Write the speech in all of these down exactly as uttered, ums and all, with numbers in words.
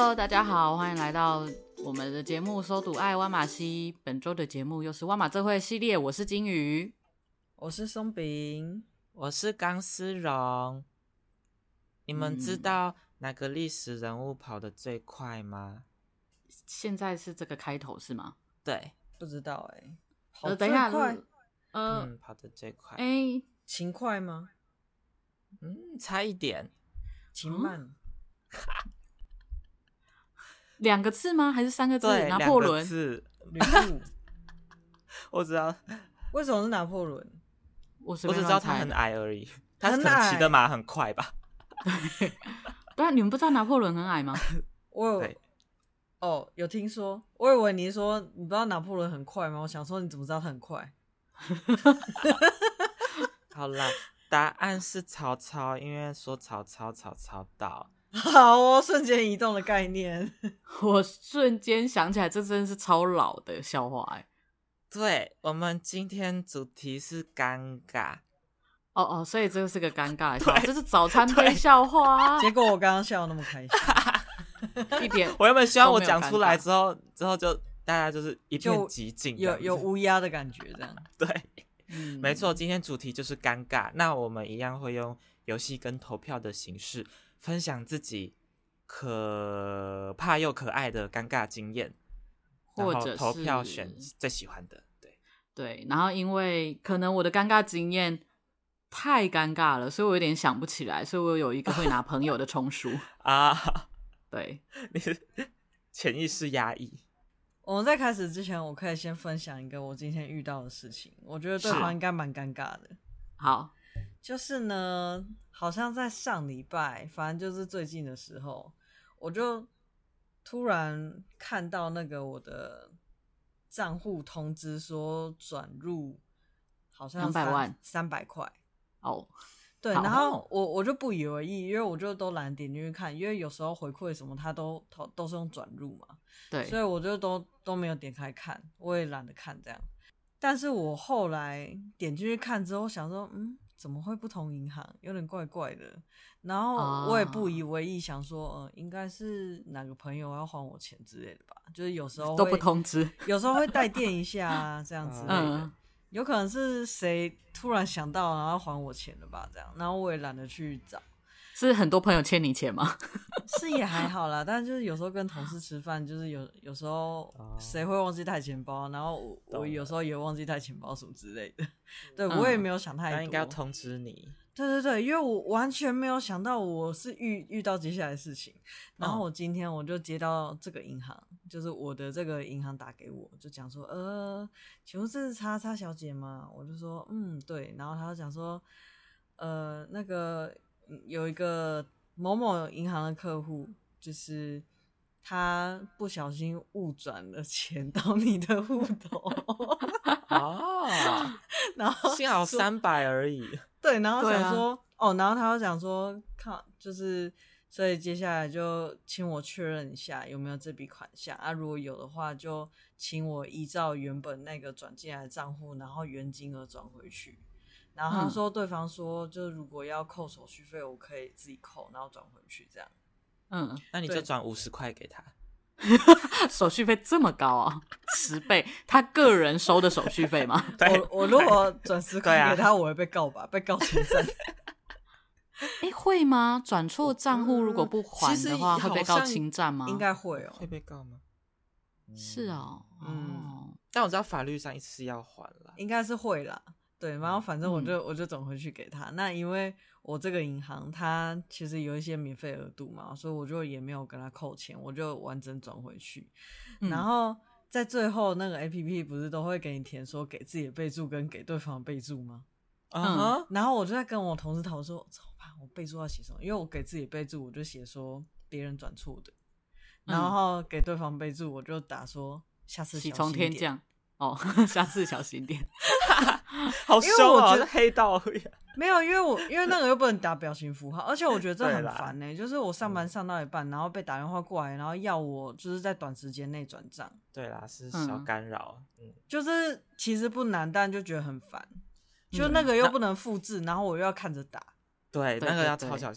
Hello， 大家好，欢迎来到我们的节目《搜赌爱挖马西》。本周的节目又是挖马这会系列，我是金鱼， 我是松饼， 我是钢丝绒。你们知道哪个历史人物跑得最快吗？ 现在是这个开头是吗？ 对， 不知道哎、欸。 呃，等一下， 快， 呃， 嗯，跑得最快。 哎、欸， 勤快吗？ 嗯，差一点。 勤慢。 两个字吗？还是三个字？ 对， 拿破仑。 两个字。 吕布。 我知道。 为什么是拿破仑？ 我我只知道他很矮而已，他可很能骑的马很快吧。 对，对啊，你们不知道拿破仑很矮吗？ 我有哦，有听说。我以为你说你不知道拿破仑很快吗？我想说你怎么知道他很快？ 好啦，答案是曹操，因为说曹操，曹操到。 好哦，瞬间移动的概念。 我瞬间想起来，这真的是超老的笑话哎。 对，我们今天主题是尴尬。 哦哦，所以这个是个尴尬的笑话，这是早餐杯笑话啊。 结果我刚刚笑得那么开心， 一点。 我原本希望我讲出来之后，之后就大家就是一片寂静， 有有乌鸦的感觉，这样。 对， 嗯， 没错，今天主题就是尴尬。那我们一样会用游戏跟投票的形式，分享自己可怕又可爱的尴尬经验， 或者是投票选最喜欢的。对对，然后因为可能我的尴尬经验太尴尬了，所以我有点想不起来，所以我有一个会拿朋友的充数啊。 对， 你是潜意识压抑。 我们在开始之前，我可以先分享一个我今天遇到的事情，我觉得对方应该蛮尴尬的。 好， 就是呢，好像在上礼拜，反正就是最近的时候，我就突然看到那个我的账户通知说转入，好像两百万三百块哦。 对，然后我我就不以为意，因为我就都懒得点进去看，因为有时候回馈什么他都都都是用转入嘛， 对， 所以我就都都没有点开看，我也懒得看这样。但是我后来点进去看之后，想说，嗯，怎么会不同银行，有点怪怪的。然后我也不以为意，想说，呃，应该是哪个朋友要还我钱之类的吧，就是有时候都不通知， 有时候会带电一下啊，这样之类的。 嗯， 有可能是谁突然想到然后还我钱了吧，这样，然后我也懒得去找。 是很多朋友欠你钱吗？ 是也还好啦，但就是有时候跟同事吃饭，就是有有时候谁会忘记带钱包，然后 我, 我有时候也忘记带钱包什么之类的。对、嗯、我也没有想太多， 他应该要通知你。 对对对，因为我完全没有想到我是遇遇到接下来的事情，然后我今天我就接到这个银行，就是我的这个银行打给我，就讲说，呃，请问是叉叉小姐吗？我就说，嗯，对，然后他就讲说，呃，那个有一个某某银行的客户，就是他不小心误转了钱到你的户头。 哦， 然后幸好三百而已。 对，然后想说、 啊、 哦，然后他就讲说，看，就是所以接下来就请我确认一下有没有这笔款项啊，如果有的话，就请我依照原本那个转进来的账户，然后原金额转回去。然后他说，对方说，嗯、就如果要扣手续费，我可以自己扣，然后转回去这样。 嗯， 那你就转五十块给他。 手续费这么高啊，十倍？他个人收的手续费吗？ 我我如果转十块给他，我会被告吧？被告侵占。 哎，会吗？转错账户如果不还的话，会被告侵占吗？ 应该会哦。 会被告吗？ 是哦， 嗯， 但我知道法律上一次要还啦， 应该是会啦。对，然后反正我就、嗯、我就转回去给他。那因为我这个银行它其实有一些免费额度嘛，所以我就也没有跟他扣钱，我就完整转回去。嗯、然后在最后那个 A P P 不是都会给你填说给自己的备注跟给对方的备注吗？ 嗯， 然后我就在跟我同事讨论说，怎么办？我备注要写什么？因为我给自己备注我就写说别人转错的，然后给对方备注我就打说下次小心一点。 喜从天降哦，下次小心点。 好凶啊！黑道没有，因为我因为那个又不能打表情符号，而且我觉得这很烦呢、欸。就是我上班上到一半，然后被打电话过来，然后要我就是在短时间内转账。 对啦，是小干扰。嗯， 就是其实不难，但就觉得很烦。就那个又不能复制，然后我又要看着打。 对，那个要超小心。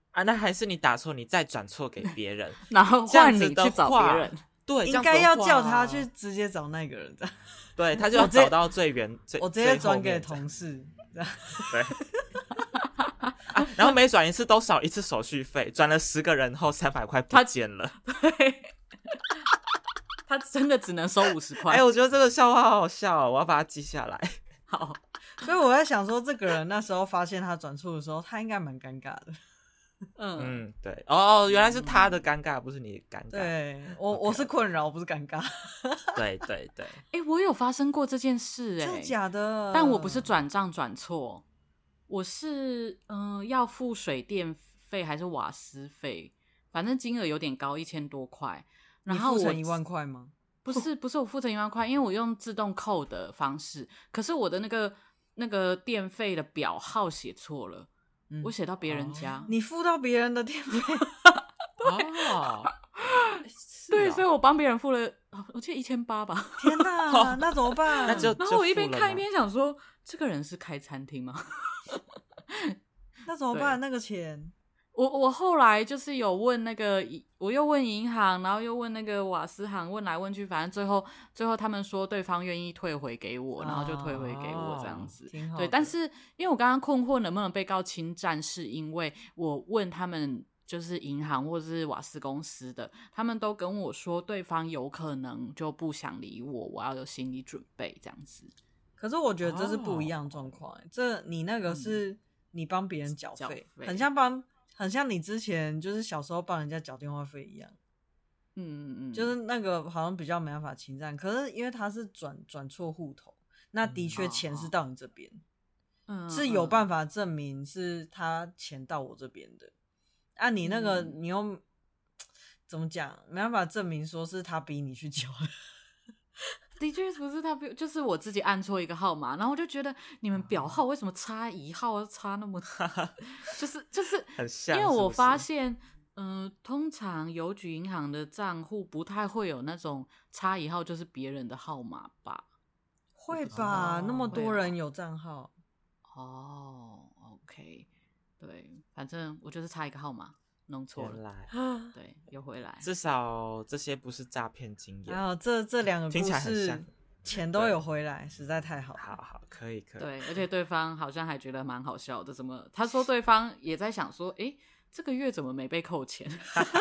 啊，那还是你打错，你再转错给别人， 然后这样子的换你去找别话人。 对， 应该要叫他去， 去直接找那个人的。 对，他就要找到最原最， 我直接转给最后面同事，这样对。啊，然后每转一次都少一次手续费，转了十个人后三百块不见了。 对，他真的只能收五十块。 哎、我觉得这个笑话好好笑、哦，我要把它记下来。 好， 所以我在想说，这个人那时候发现他转错的时候，他应该蛮尴尬的。 嗯嗯，对，哦，原来是他的尴尬，不是你的尴尬。 对我 OK， 我是困扰，不是尴尬。 对对对， 哎、我有发生过这件事、哎， 真的假的？ 但我不是转账转错，我是嗯、呃要付水电费还是瓦斯费，反正金额有点高，一千多块。然后我你付成一万块吗？ 不是不是我付成一万块，因为我用自动扣的方式，可是我的那个那个电费的表号写错了， 嗯我写到别人家。 你付到别人的电费， 哦， 对， 是哦所以我帮别人付了，哦我记得一千八吧。 天哪，那怎么办？ 那就然后我一边就付了吗看一边想说，这个人是开餐厅吗？ 那怎么办？那个钱， 我我后来就是有问那个，我又问银行，然后又问那个瓦斯行，问来问去，反正最后最后他们说对方愿意退回给我，然后就退回给我这样子。对， 挺好的但是因为我刚刚困惑能不能被告侵占，是因为我问他们就是银行或是瓦斯公司的，他们都跟我说对方有可能就不想理我，我要有心理准备这样子。 可是我觉得这是不一样的状况、欸。这你那个是你帮别人缴缴费， 费很像帮，很像你之前就是小时候帮人家缴电话费一样。 嗯嗯嗯， 就是那个好像比较没办法侵占，可是因为他是转转错户头，那的确钱是到你这边， 嗯是有办法。 法证明是他钱到我这边的。啊，你那个、 嗯你又怎么讲？没办法证明说是他逼你去缴的。 的确不是他，就是我自己按错一个号码，然后我就觉得你们表号为什么差一号差那么，就是就是很像因为我是不是发现，嗯、呃，通常邮局银行的账户不太会有那种差一号就是别人的号码吧？ 会吧？ 哦那么会哦多人有账号， 哦，OK，对，反正我就是差一个号码，弄错原了， 来对，又回来。 至少这些不是诈骗经验。 然后这这两个听故事起来很像钱都有回来，实在太好了。 好好，可以可以。 对，而且对方好像还觉得蛮好笑的，怎么？他说对方也在想说，诶，这个月怎么没被扣钱？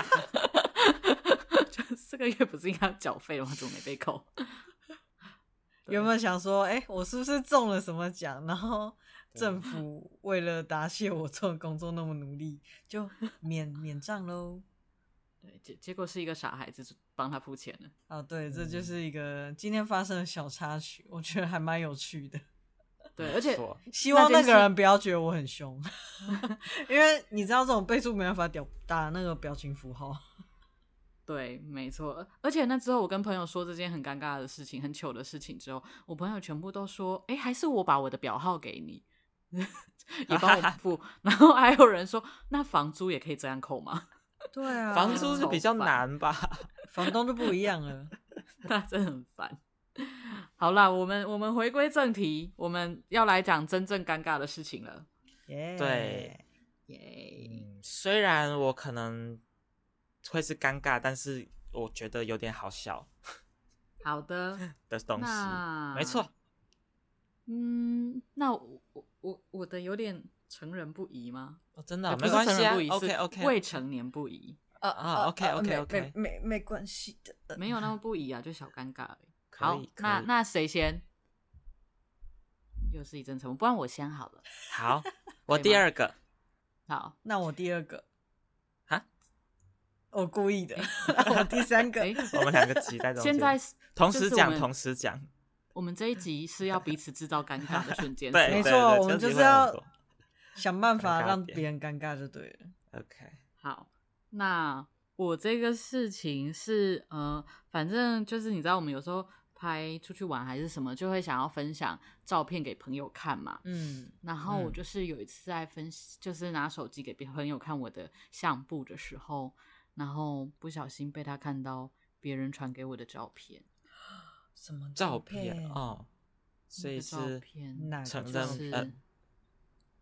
就这个月不是应该要缴费了吗？怎么没被扣？ 有没有想说，哎、欸，我是不是中了什么奖？然后政府为了答谢我做的工作那么努力，就免免账喽。 对，结结果是一个傻孩子帮他付钱了。 哦，对，这就是一个今天发生的小插曲，我觉得还蛮有趣的。 对，而且希望那个人不要觉得我很凶，因为你知道这种备注没办法打那个表情符号。 对，没错。而且那之后，我跟朋友说这件很尴尬的事情、很糗的事情之后，我朋友全部都说：“哎，还是我把我的表号给你，也帮我付。”然后还有人说：“那房租也可以这样扣吗？” 对啊， 房租是比较难吧？ 房东就不一样了， 那真的很烦。好啦，我们我们回归正题，我们要来讲真正尴尬的事情了。 耶、yeah 对， 耶、 嗯，虽然我可能会是尴尬，但是我觉得有点好笑。 好的的东西，没错。 嗯，那我我我的有点成人不宜吗？ 哦、真的、哦、 不没关系啊。 是 OK OK， 未成年不宜。 啊啊 OK OK OK， 没没没关系的， 没有那么不宜啊，就小尴尬而已。 可好以， 那那谁先？又是一阵沉默，不然我先好了。 好，我第二个。 好， 那我第二个。 哈？ 我故意的。我第三个。 我们两个挤在中间。 现在同时讲， 就是同时讲。 我们这一集是要彼此制造尴尬的瞬间。 对， 没错，我们就是要想办法让别人尴尬就对了。 OK， 好，那我这个事情是呃，反正就是你知道，我们有时候拍出去玩还是什么，就会想要分享照片给朋友看嘛。 嗯， 然后我就是有一次在分，就是拿手机给朋友看我的相簿的时候，然后不小心被他看到别人传给我的照片。 什么照片哦？所以是照片哪个承照片？ 认呃，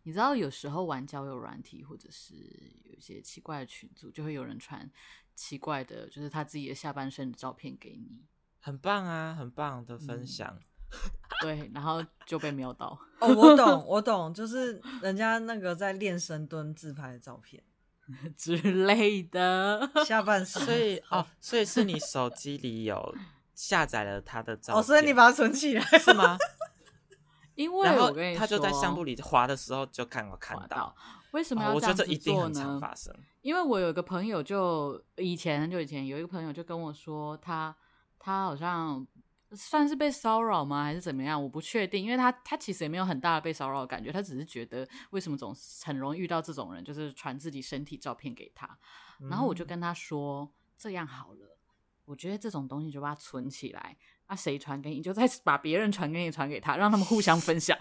你知道有时候玩交友软体或者是有一些奇怪的群组，就会有人传奇怪的，就是他自己的下半身的照片给你， 很棒啊，很棒的分享。嗯对，然后就被瞄到。 哦，我懂，我懂，就是人家那个在练深蹲自拍的照片之类的， 下半身。 所以哦，所以是你手机里有下载了他的照片， 哦，所以你把它存起来是吗？ 因为我跟你说， 他就在相簿里滑的时候就刚好看到。 为什么要哦、我这样子做呢？ 觉得这一定很常发生。 因为我有一个朋友就，就以前很久以前有一个朋友就跟我说，他他好像算是被骚扰吗，还是怎么样？我不确定，因为他他其实也没有很大的被骚扰的感觉，他只是觉得为什么总很容易遇到这种人，就是传自己身体照片给他。然后我就跟他说，嗯、这样好了，我觉得这种东西就把它存起来，啊，谁传给你，就再把别人传给你，传给他，让他们互相分享。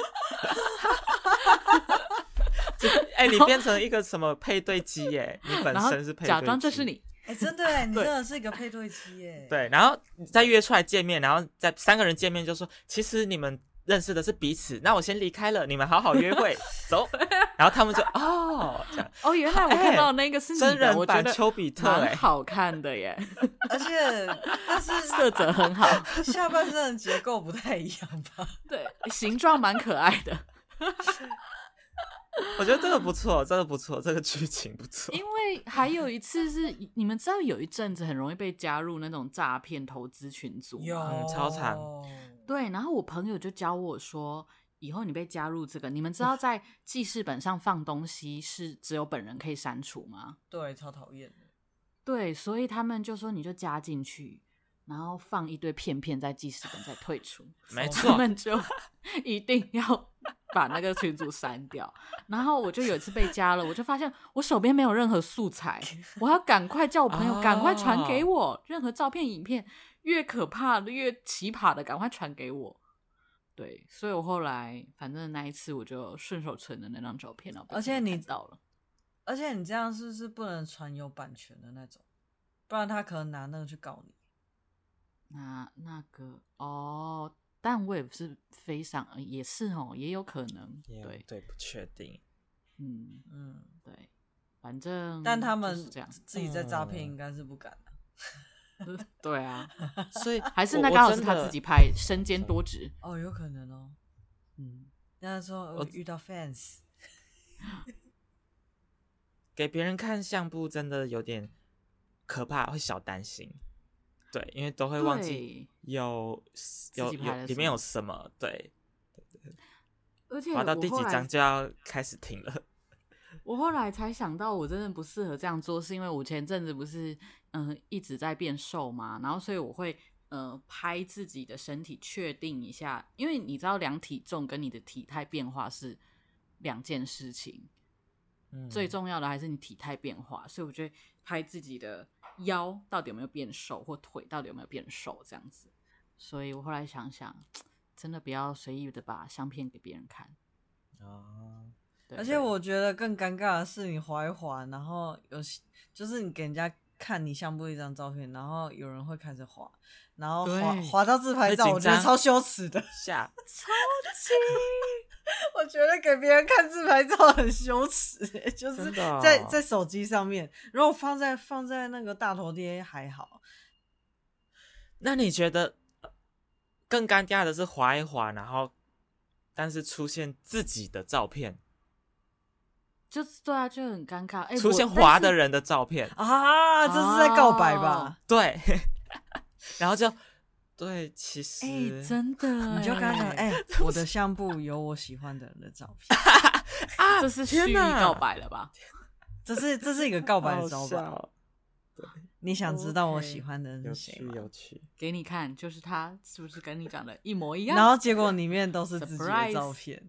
哎、欸，你变成一个什么配对机耶？你本身是配对机， 假装这是你。 哎、欸，真的哎，你真的是一个配对机耶。 对，然后再约出来见面，然后再三个人见面就说，其实你们认识的是彼此，那我先离开了，你们好好约会，走。然后他们就哦，这样哦，原来我看到的那个是你的、 欸、真人版丘比特， 蛮好看的耶。 而且，但是色泽很好， 下半身的结构不太一样吧？ 对，形状蛮可爱的。 我觉得这个不错，这个不错，这个剧情不错。 因为还有一次是，你们知道有一阵子很容易被加入那种诈骗投资群组吗？ 有、 嗯，超惨。 对，然后我朋友就教我说，以后你被加入这个，你们知道在记事本上放东西是只有本人可以删除吗？ 对，超讨厌的。 对，所以他们就说你就加进去，然后放一堆片片在记事本再退出。 没错， 他们就一定要把那个群组删掉。然后我就有一次被加了，我就发现我手边没有任何素材，我要赶快叫我朋友赶快传给我、哦、任何照片影片，越可怕的越奇葩的赶快传给我。对，所以我后来反正那一次我就顺手存了那张照片， 而且你到了， 而且你这样是不是不能传有版权的那种？不然他可能拿那个去告你。 那那个哦，但我也不是非常，也是哦，也有可能，对对，不确定。 嗯嗯， 对，反正但他们这样自己在诈骗应该是不敢的、 啊。对啊， 所以还是那刚好是他自己拍，身兼多职。 哦，有可能哦。嗯，那时候我遇到 fans， 给别人看相簿真的有点可怕，会小担心。对，因为都会忘记有有有里面有什么，对，对对， 而且滑到第几章就要开始停了。 我后来才想到，我真的不适合这样做，是因为我前阵子不是嗯、呃、一直在变瘦嘛，然后所以我会呃拍自己的身体，确定一下，因为你知道量体重跟你的体态变化是两件事情。嗯、最重要的还是你体态变化，所以我就会拍自己的腰到底有没有变瘦，或腿到底有没有变瘦这样子。所以我后来想想，真的不要随意的把相片给别人看。 哦， 而且我觉得更尴尬的是，你滑一滑，然后有就是你给人家看你相簿一张照片，然后有人会开始滑，然后滑滑到自拍照，我觉得超羞耻的， 下超级。 我觉得给别人看自拍照很羞耻、欸，就是在、哦、在手机上面，如果放在放在那个大头贴还好。 那你觉得更尴尬的是滑一滑，然后但是出现自己的照片， 就是对啊，就很尴尬。欸、 出现滑的人的照片啊，这是在告白吧？ 哦、对，然后就。对，其实、 欸、真的， 你就跟他讲，哎、欸，我的相簿有我喜欢的人的照片啊，这是虚拟告白了吧？ 这是这是一个告白的招吧？对，你想知道我喜欢的人是谁吗？ 有趣， 给你看，就是他，是不是跟你讲的一模一样？ 然后结果里面都是自己的照片，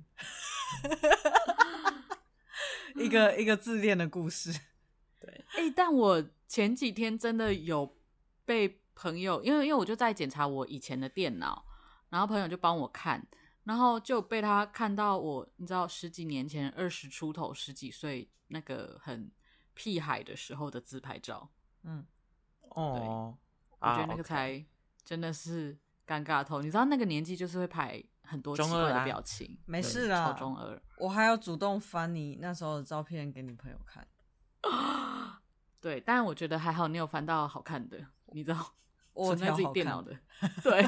一个一个自恋的故事。 对， 哎、欸，但我前几天真的有被。朋友，因为因为我就在检查我以前的电脑，然后朋友就帮我看，然后就被他看到我，你知道十几年前二十出头十几岁那个很屁孩的时候的自拍照。嗯， 哦， 我觉得那个才真的是尴尬透。啊 okay. 你知道那个年纪就是会拍很多奇怪的表情， 啊、没事啦， 超中二。 我还要主动翻你那时候的照片给你朋友看。 对，但我觉得还好，你有翻到好看的，你知道， 我存在自己电脑的，对，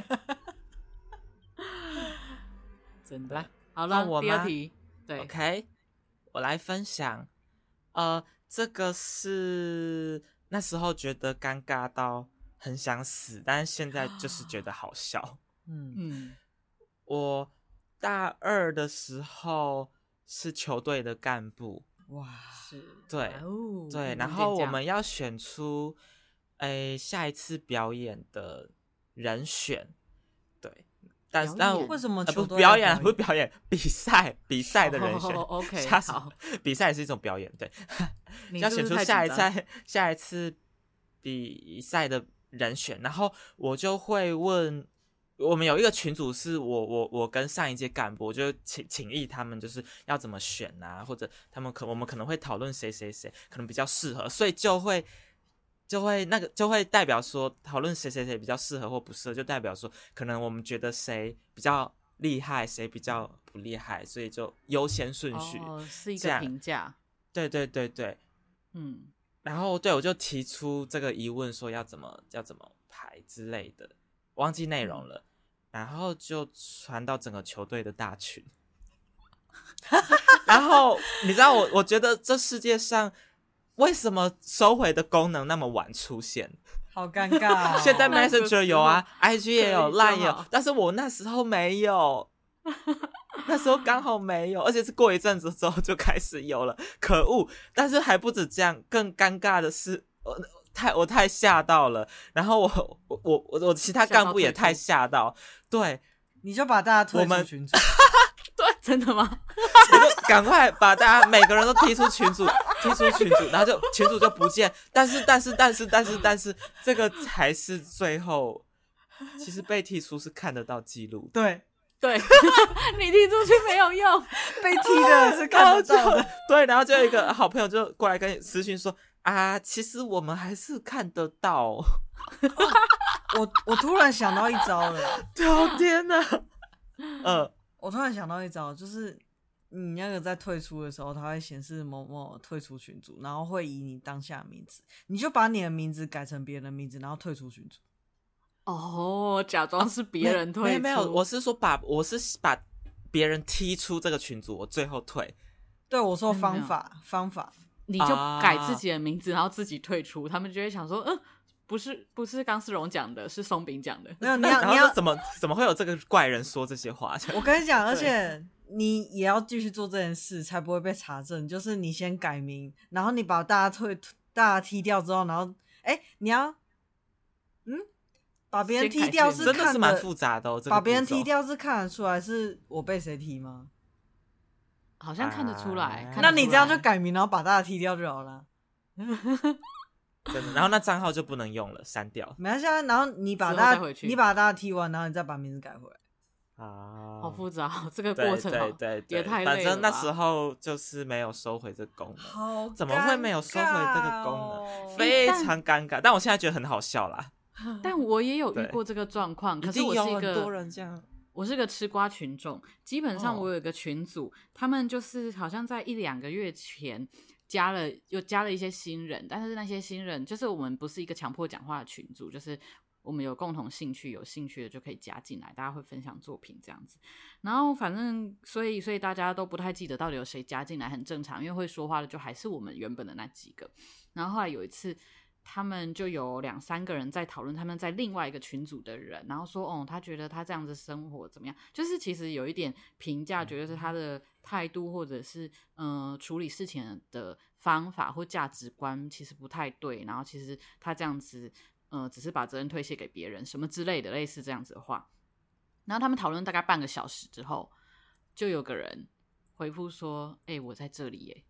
真的。好了，第二题，对 ，OK， 我来分享，呃，这个是那时候觉得尴尬到很想死，但是现在就是觉得好笑。 嗯嗯， 我大二的时候是球队的干部。 哇， 是， 对、 哦、 对，然后我们要选出诶下一次表演的人选，对，但是但为什么球队、 呃、不表演不是表演比赛比赛的人选、 oh, OK 好，比赛也是一种表演，对， 是要选出下一次下一次比赛的人选，然后我就会问。我们有一个群组是我我我跟上一届干部，我就请请议他们就是要怎么选啊，或者他们可我们可能会讨论谁谁谁可能比较适合，所以就会就会那个就会代表说讨论谁谁谁比较适合或不适合，就代表说可能我们觉得谁比较厉害，谁比较不厉害，所以就优先顺序， 哦，是一个评价， 对对对对， 嗯， 然后对我就提出这个疑问，说要怎么要怎么排之类的。忘记内容了、嗯、然后就传到整个球队的大群然后你知道我我觉得这世界上为什么收回的功能那么晚出现， 好尴尬、哦、 现在 Messenger 有啊I G 也有 Line 也有，但是我那时候没有那时候刚好没有，而且是过一阵子之后就开始有了，可恶。但是还不止这样，更尴尬的是我太我太吓到了，然后我我我我其他干部也太吓到，对， 你就把大家推出群组， 对，真的吗？ 我就赶快把大家每个人都踢出群组，踢出群组，然后就群组就不见。但是但是但是但是但是这个才是最后，其实被踢出是看得到记录， 对对，你踢出去没有用， 被踢的是看得到的， 对，然后就有一个好朋友就过来跟你私讯说。啊，其实我们还是看得到。我我突然想到一招了， 哦天哪！呃， 我突然想到一招，就是你那个在退出的时候，它会显示某某退出群组，然后会以你当下的名字，你就把你的名字改成别人的名字，然后退出群组。 哦，假装是别人退出、 啊、没, 没有，我是说把我是把别人踢出这个群组，我最后退。 对，我说方法、嗯、方法。 你就改自己的名字、啊、然后自己退出，他们就会想说嗯，不是不是钢丝绒讲的，是松饼讲的。 没有，你要然后你要怎么怎么会有这个怪人说这些话？ 我跟你讲，而且你也要继续做这件事，才不会被查证。就是你先改名，然后你把大家退大家踢掉之后，然后哎，你要嗯把别人踢掉是看真的是蛮复杂的哦。这个、 把别人踢掉是看得出来是我被谁踢吗？ 好像看得出来， 啊、 看得出来。 那你这样就改名，然后把大家踢掉就好了。 真的，然后那账号就不能用了，删掉。 没关系啊，然后你把大家你把大家踢完，然后你再把名字改回来。 啊， 好复杂，这个过程对对 对, 对也太累了吧。 反正那时候就是没有收回这个功能， 好怎么会没有收回这个功能？非常尴尬。但我现在觉得很好笑啦。 但我也有遇过这个状况，可是我是一个一定有很多人这样。 我是个吃瓜群众，基本上我有一个群组、哦、他们就是好像在一两个月前加了又加了一些新人，但是那些新人就是我们不是一个强迫讲话的群组，就是我们有共同兴趣，有兴趣的就可以加进来，大家会分享作品这样子。然后反正所以所以大家都不太记得到底有谁加进来，很正常，因为会说话的就还是我们原本的那几个。然后后来有一次他们就有两三个人在讨论他们在另外一个群组的人，然后说哦，他觉得他这样子生活怎么样，就是其实有一点评价，觉得是他的态度或者是呃处理事情的方法或价值观其实不太对，然后其实他这样子呃只是把责任推卸给别人什么之类的，类似这样子的话。然后他们讨论大概半个小时之后，就有个人回复说哎、欸，我在这里耶。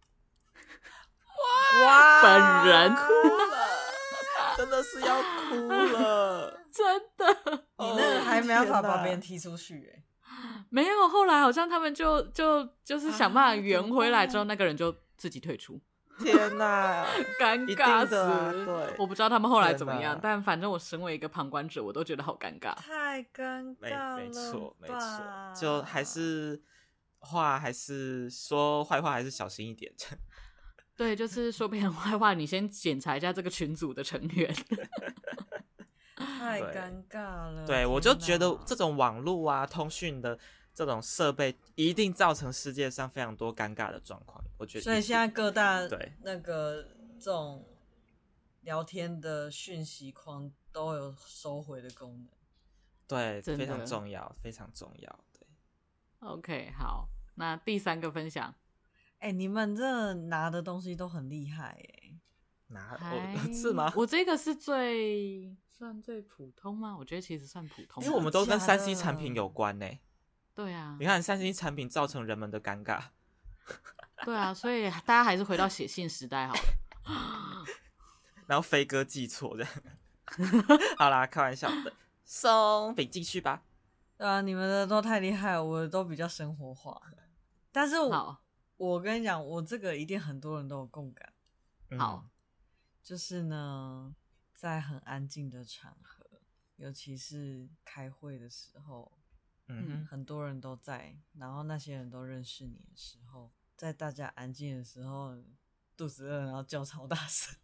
哇， 本人哭了，真的是要哭了， 真的。 你那个还没办法把别人踢出去耶、 欸、没有，后来好像他们就就就是想办法圆回来之后、啊、那个人就自己退出。 天哪， 尴一尬死！ 定的啊对我不知道他们后来怎么样， 天哪但反正我身为一个旁观者，我都觉得好尴尬。 太尴没尬了， 没错没错，就还是话还是说坏话还是小心一点。 对，就是说别人坏话，你先检查一下这个群组的成员。 太对尴尬了。 对， 天我就觉得哪这种网络啊、通讯的这种设备，一定造成世界上非常多尴尬的状况。我觉得一定， 所以现在各大对那个这种聊天的讯息框都有收回的功能。 对真的非常重要，非常重要。对， OK， 好，那第三个分享， 哎、你们这拿的东西都很厉害哎、 拿还我是吗？ 我这个是最算最普通吗？我觉得其实算普通吧， 因为我们都跟三假的 C 产品有关呢、 对啊你，看三 C 产品造成人们的尴尬， 对啊，所以大家还是回到写信时代好了。 然后飞哥记错这样。好啦，开玩笑的，松饼继续吧。 对啊，你们的都太厉害了，我的都比较生活化。但是我好， 我跟你讲，我这个一定很多人都有共感， 嗯好， 就是呢，在很安静的场合，尤其是开会的时候， 嗯哼， 很多人都在，然后那些人都认识你的时候，在大家安静的时候，肚子饿，然后叫超大声，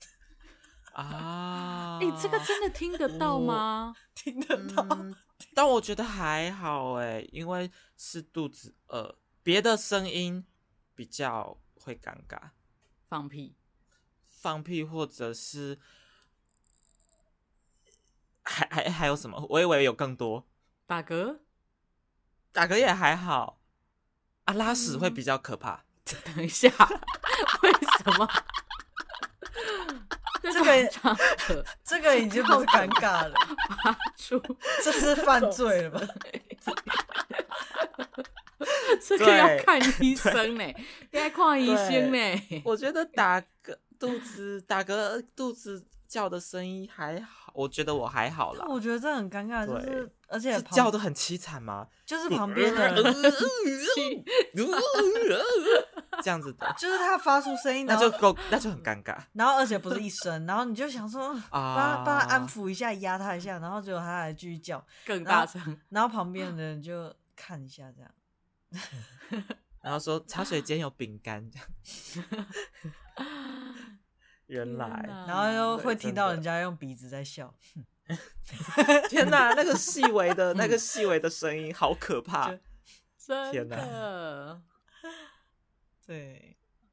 啊， 哎、这个真的听得到吗？ 听得到。 嗯，但我觉得还好哎，因为是肚子饿，别的声音比较会尴尬， 放屁， 放屁或者是还还还有什么？我以为有更多， 打嗝， 打嗝也还好啊，拉屎会比较可怕。 等一下，为什么？ 这个场合这个已经不是尴尬了， 发出这是犯罪了吧？ 这个要看医生呢，该看医生呢。 我觉得打嗝肚子打嗝肚子叫的声音还好，我觉得我还好啦但。我觉得这很尴尬，就是对而且旁是叫的很凄惨吗？ 就是旁边的人， 这样子的， 就是他发出声音，然后那就够，那就很尴尬然后而且不是一声，然后你就想说帮他啊。 帮他安抚一下，压他一下，然后结果他还继续叫， 更大声， 然后旁边的人就看一下这样。 然后说茶水间有饼干，这样。原来， 然后又会对真的听到人家用鼻子在笑， 天哪，那个细微的那个细微的声音好可怕。 真天哪的。 对，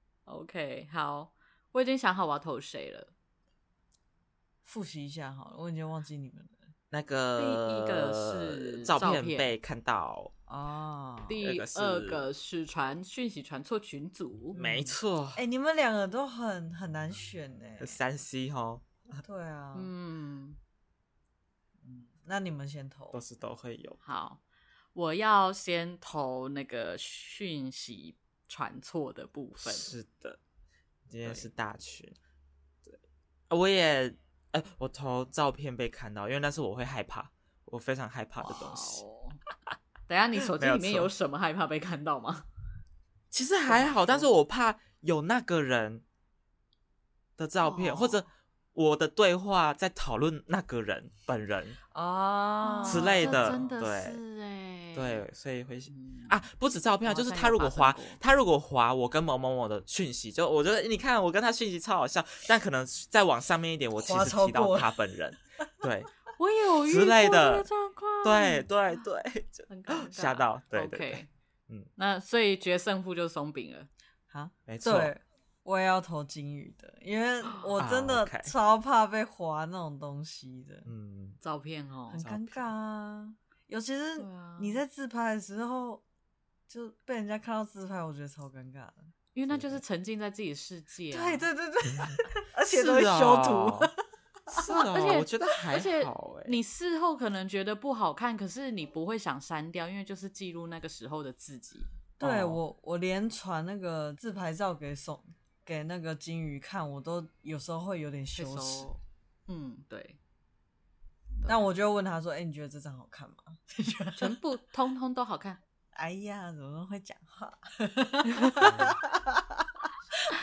OK， 好，我已经想好我要投谁了。 复习一下好了，我已经忘记你们了那个第一个是照照片片被看到， 啊。 第个是二个是传讯息传错群组， 没错哎、，你们两个都很很难选哎。 三 C 哈， 对啊， 嗯， 嗯，那你们先投都。是都会有。 好，我要先投那个讯息传错的部分。 是的，今天对是大群，对，我也，呃，我投照片被看到，因为那是我会害怕，我非常害怕的东西。 哇哦等一下，你手机没有错里面有什么害怕被看到吗？ 其实还好，但是我怕有那个人的照片， 哦或者我的对话在讨论那个人本人， 啊之类的这真的对是哎， 对，所以会嗯啊，不止照片啊，就是我好像他如果划有发生过他如果划我跟某某某的讯息，就我觉得你看我跟他讯息超好笑，但可能再往上面一点，我其划实提到超过他本人，对我有遇之类的过这个状况， 对对对，就很尴尬吓到，对对 OK， 对，嗯， 那所以决胜负就是松饼了。 啊， 没错， 对，我也要投金鱼的，因为我真的啊，OK 超怕被划那种东西的， 嗯， 照片哦很， 照尴尬啊。尤其是对啊你在自拍的时候，就被人家看到自拍，我觉得超尴尬的。 因为那就是沉浸在自己的世界、啊。 对对对对，而且是都会修图。 哦是哦， 而且我觉得还而且好哎， 你事后可能觉得不好看，可是你不会想删掉，因为就是记录那个时候的自己。 对哦我，我连传那个自拍照给送给那个金鱼看，我都有时候会有点会羞耻。 收嗯，对， 但我就问他说：“哎、你觉得这张好看吗全部通通都好看。？” 哎呀，怎么那么会讲话？好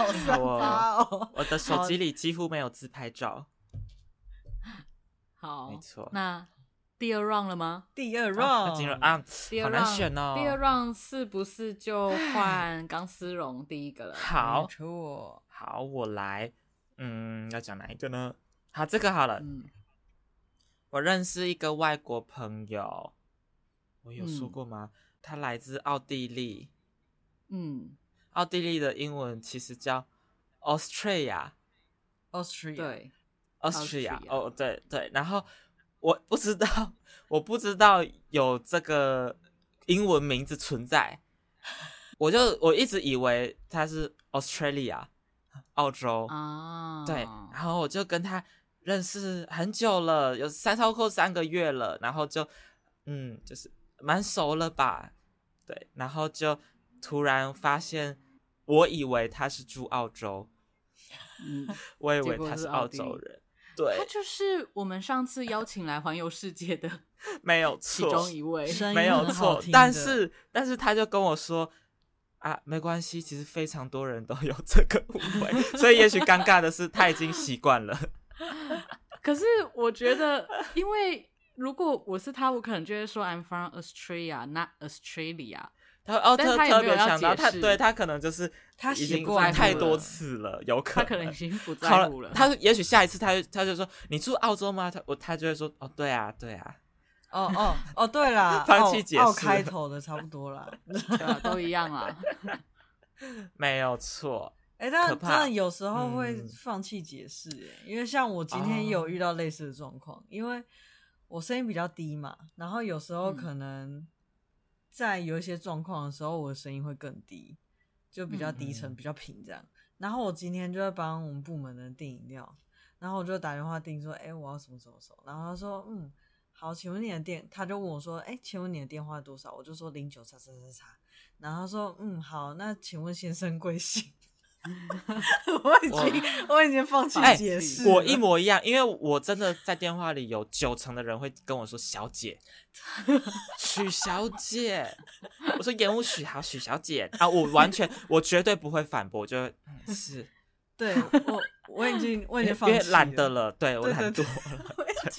好三八哦。 我的手机里几乎没有自拍照。 好， 没错。 那第二 round 了吗？ 第二 round，、 啊、进入啊， 第二 round, 好难选哦。 第二 round 是不是就换钢丝绒第一个了？ 好， 没错。 好，我来。嗯，要讲哪一个呢？好，这个好了。 嗯， 我认识一个外国朋友，我有说过吗？嗯、他来自奥地利。 嗯， 奥地利的英文其实叫 Austria。Austria， 对 ，Austria。哦，对对。然后我不知道，我不知道有这个英文名字存在，我就我一直以为他是 Australia， 澳洲啊。 对，然后我就跟他认识很久了，有三超过三个月了，然后就嗯，就是蛮熟了吧？对，然后就突然发现，我以为他是住澳洲， 嗯， 我以为他是澳洲人。对， 他就是我们上次邀请来环游世界的， 没有错， 其中一位， 没有错。但是，但是他就跟我说啊，没关系，其实非常多人都有这个误会，所以也许尴尬的是他已经习惯了。 可是我觉得，因为如果我是他，我可能就会说 I'm from Australia, not Australia。 他哦， 但是他特别也没有要想到他， 解释对他可能就是他已经习惯太多了次了，有可能他可能已经不在乎了。 他也许下一次他就他就说你住澳洲吗？他我他就会说哦，对啊，对啊。 哦哦哦，对啦， 放弃解释， 澳开头的差不多啦， 对啊，都一样啦。 没有错。 哎、欸，但真的有时候会放弃解释、欸，哎、嗯，因为像我今天也有遇到类似的状况、哦，因为我声音比较低嘛，然后有时候可能在有一些状况的时候，我的声音会更低，就比较低沉、嗯、比较平这样。然后我今天就在帮我们部门的人订饮料，然后我就打电话订说，哎、欸，我要什么什么什么，然后他说，嗯，好，请问你的电，他就问我说，哎、欸，请问你的电话多少？我就说零九叉叉叉叉，然后他说，嗯，好，那请问先生贵姓？我已经 我, 我已经放弃解释、 欸、我一模一样，因为我真的在电话里有九成的人会跟我说小姐许小姐，我说演武许好许小姐啊，我完全我绝对不会反驳，我就、嗯、是对我我已经我已经放弃了， 因为懒得了，对我懒惰了，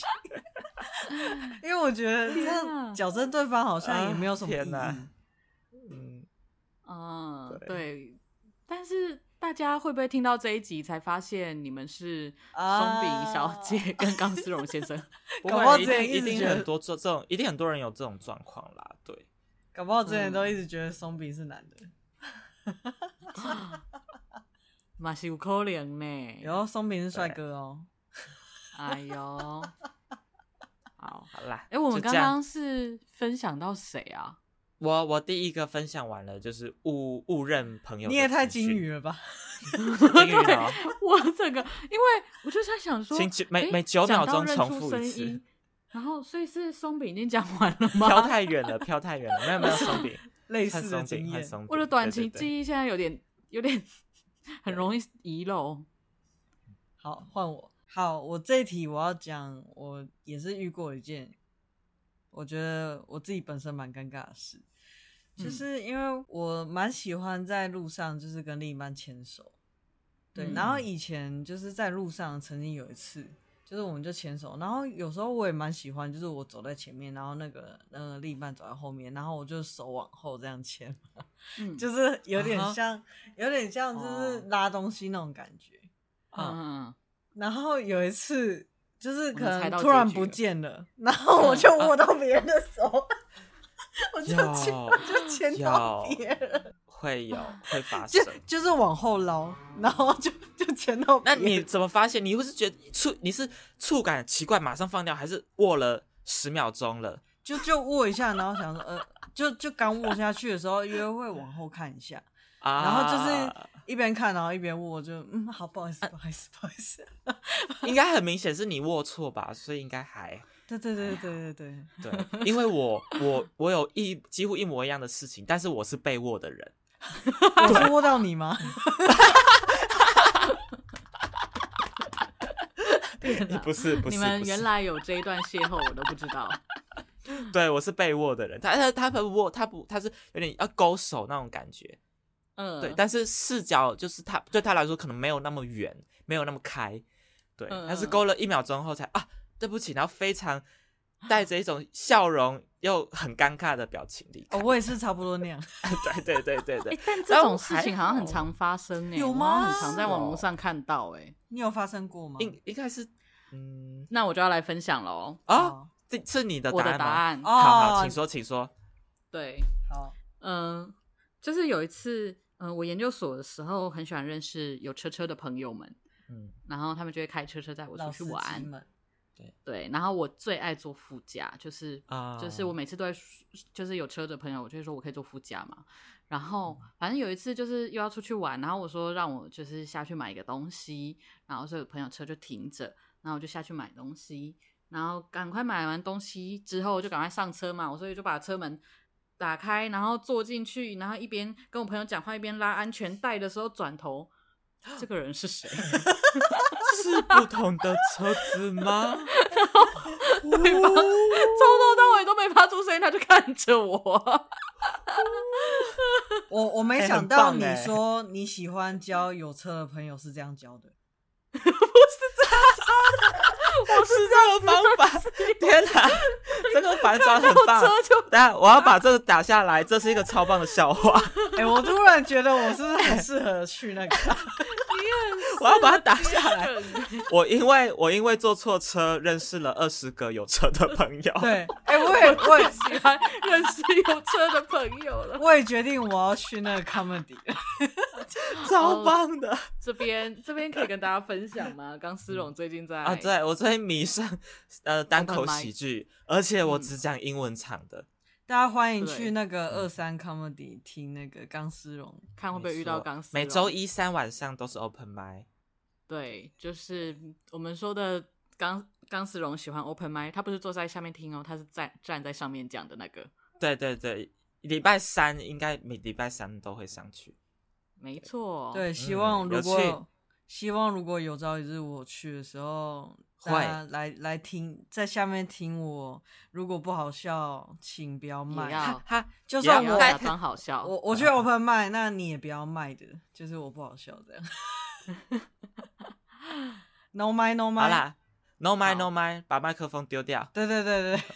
因为我觉得这样矫正对方好像也没有什么意义、 啊、嗯啊、嗯，对，但是大家会不会听到这一集才发现你们是松饼小姐跟钢丝绒先生？ 不会，一定一定很多这这种，一定很多人有这种状况啦。对， 搞不好之前都一直觉得松饼是男的， 嘛是有可能呢。 有松饼是帅哥哦。 哎呦，好好啦， 哎、欸，我们刚刚是分享到谁啊？ 我我第一个分享完了，就是误误认朋友。 你也太金鱼了吧！ 金鱼好， 我整个，因为我就在想说， 每每九秒钟重复一次， 然后所以是松饼已经讲完了吗？ 飘太远了，飘太远了，没有没有松饼， 类似的经验。 我的短期记忆现在有点有点很容易遗漏。 好，换我。好，我这一题我要讲，我也是遇过一件，我觉得我自己本身蛮尴尬的事。就是因为我蛮喜欢在路上就是跟另一半牵手，对、嗯，然后以前就是在路上曾经有一次，就是我们就牵手，然后有时候我也蛮喜欢，就是我走在前面，然后那个那个另一半走在后面，然后我就手往后这样牵，嗯，就是有点像、uh-huh. 有点像就是拉东西那种感觉，嗯嗯，嗯然后有一次就是可能突然不見了，然後我就握到別人的手，我就牽就牽到別人， 會有會發生， 就就是往後撈，然後就就牽到別人。 那你怎麼發現？你會是覺得觸你是觸感奇怪，馬上放掉，還是握了十秒鐘了？ 就就握一下，然後想說呃，就就剛握下去的時候，因為會往後看一下。啊、然後就是一邊看，然後一邊握，就嗯，好，不好意思，不好意思，不好意思。 應該很明顯是你握錯吧，所以應該還。 對對對對對對對，因為我我我有一幾乎一模一樣的事情，但是我是被握的人。 我是握到你嗎？ 不是不是， 你們原來有這一段邂逅，我都不知道。 對，我是被握的人，他他他不握，他不他是有點要勾手那種感覺。 嗯， 对，但是视角就是他对他来说可能没有那么远，没有那么开，对， 嗯但是勾了一秒钟后才啊，对不起，然后非常带着一种笑容又很尴尬的表情离开。 哦，我也是差不多那样。 对对对对对， 欸，但这种事情好像很常发生诶， 有吗我好像很常在网络上看到诶。 你有发生过吗？ 应应该是嗯那我就要来分享喽。 啊， 好这是你的我答案吗？ 的答案， 哦好好，请说，请说。 对， 好， 嗯，就是有一次，嗯，我研究所的时候很喜欢认识有车车的朋友们， 嗯， 然后他们就会开车车载我老司机出去玩， 们， 对，然后我最爱坐副驾，就是、 啊就是我每次都会，就是有车的朋友，我就会说我可以坐副驾嘛。然后反正有一次就是又要出去玩，然后我说让我就是下去买一个东西，然后所以我朋友车就停着，然后我就下去买东西，然后赶快买完东西之后就赶快上车嘛，我所以就把车门打开，然后坐进去，然后一边跟我朋友讲话一边拉安全带的时候转头，这个人是谁？ 是不同的车子吗？ 对方从头到尾都没发出声音，他就看着我。 我我没欸想到你很棒欸说你喜欢交有车的朋友是这样交的。 我是这个方法，天哪，这个反转很棒车就。 等一下我要把这个打下来，这是一个超棒的笑话。 哎、我突然觉得我是不是很适合去那个？ 我要把它打下来。我因为我因为坐错车，认识了二十个有车的朋友。 对，哎、我也我也喜欢认识有车的朋友了。 我也决定我要去那个 comedy 了。 超棒的、 这边这边可以跟大家分享吗？钢丝绒最近在啊！对，我最近迷上呃单口 Open mic 喜剧，而且我只讲英文场的。 大家欢迎对去那个二三 comedy 听那个钢丝绒。 看会不会遇到钢丝绒。 每周一三晚上都是 open mic。 对，就是我们说的钢钢丝绒喜欢 open mic，他不是坐在下面听哦，他是站站在上面讲的那个。 对对对，礼拜三应该每礼拜三都会上去。 没错， 对，希望嗯如果、 有趣希望如果有朝一日我去的时候， 会大家来来听，在下面听我。如果不好笑，请不要也卖。 要哈， 就算我也要假装好笑。 我我去 open 卖，那你也不要卖的，就是我不好笑这样。No 麦 No 麦， 好啦，no 麦好 no 麦，把麦克风丢掉。 对对对对，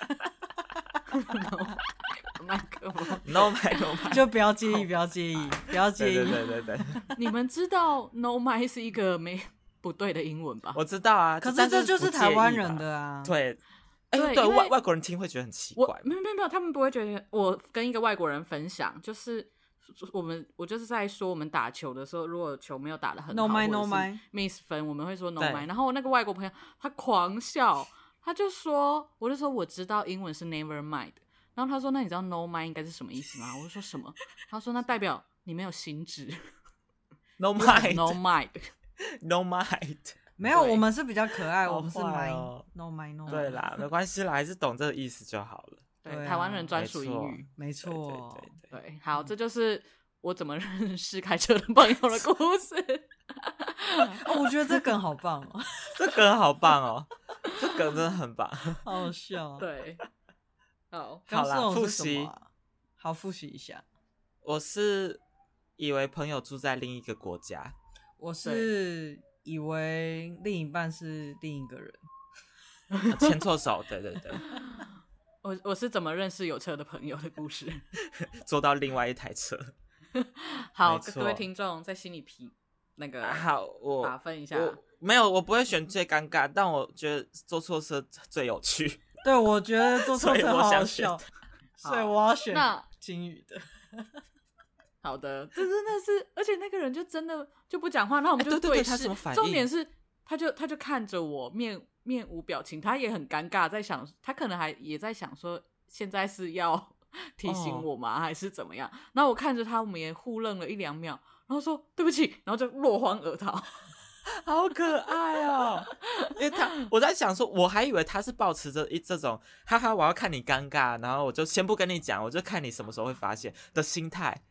麦克风。 no 麦 no 麦， 就不要介意，不要介意，不要介意。 对对对对对， 你们知道 no 麦是一个没不对的英文吧？ 我知道啊。 可是但这就是不介意台湾人吧。 的啊。 对，哎、对对因为外外国人听会觉得很奇我怪。 没有没有没有，他们不会觉得。我跟一个外国人分享，就是我们我就是在说，我们打球的时候，如果球没有打得很好 No 麦或者 no 是麦 miss 分，我们会说 no 对麦。然后我那个外国朋友他狂笑，他就说，我就说我知道英文是 never mind，然后他说那你知道 no 麦应该是什么意思吗？我就说什么？他说那代表你没有心智。 no no mind mind。 no mind。 没有， 对我们是比较可爱， 好我们是坏 mind 哦 No mind No。 对，啦，没关系啦，还是懂这个意思就好了。 对， 对啊台湾人专属英语。 没错。 对对对对，好，这就是我怎么认识开车的朋友的故事。 哦，我觉得这梗好棒哦， 这梗好棒哦，这梗真的很棒。 好好笑哦。 对，好， 好啦钢丝绒复是什么习啊好，复习一下。 我是以为朋友住在另一个国家， 我是以为另一半是另一个人。 啊牵错手，对对对， 我我是怎么认识有车的朋友的故事。 坐到另外一台车。 好， 没错各位听众在心里批那个啊好，我打分一下。 我没有，我不会选最尴尬，但我觉得坐错车最有趣。 对，我觉得坐错所以车好好我想选笑，所以我要选那金鱼的。 好的，这真的是，而且那个人就真的就不讲话，那我们就哎对对对视。 他什么反应重点是，他就他就看着我，面面无表情，他也很尴尬，在想，他可能还也在想说，现在是要提醒我吗， 哦还是怎么样？然后我看着他，我们也互愣了一两秒，然后说对不起，然后就落荒而逃。 好可爱哦！因为他，我在想说，我还以为他是抱持着一这种哈哈，我要看你尴尬，然后我就先不跟你讲，我就看你什么时候会发现的心态。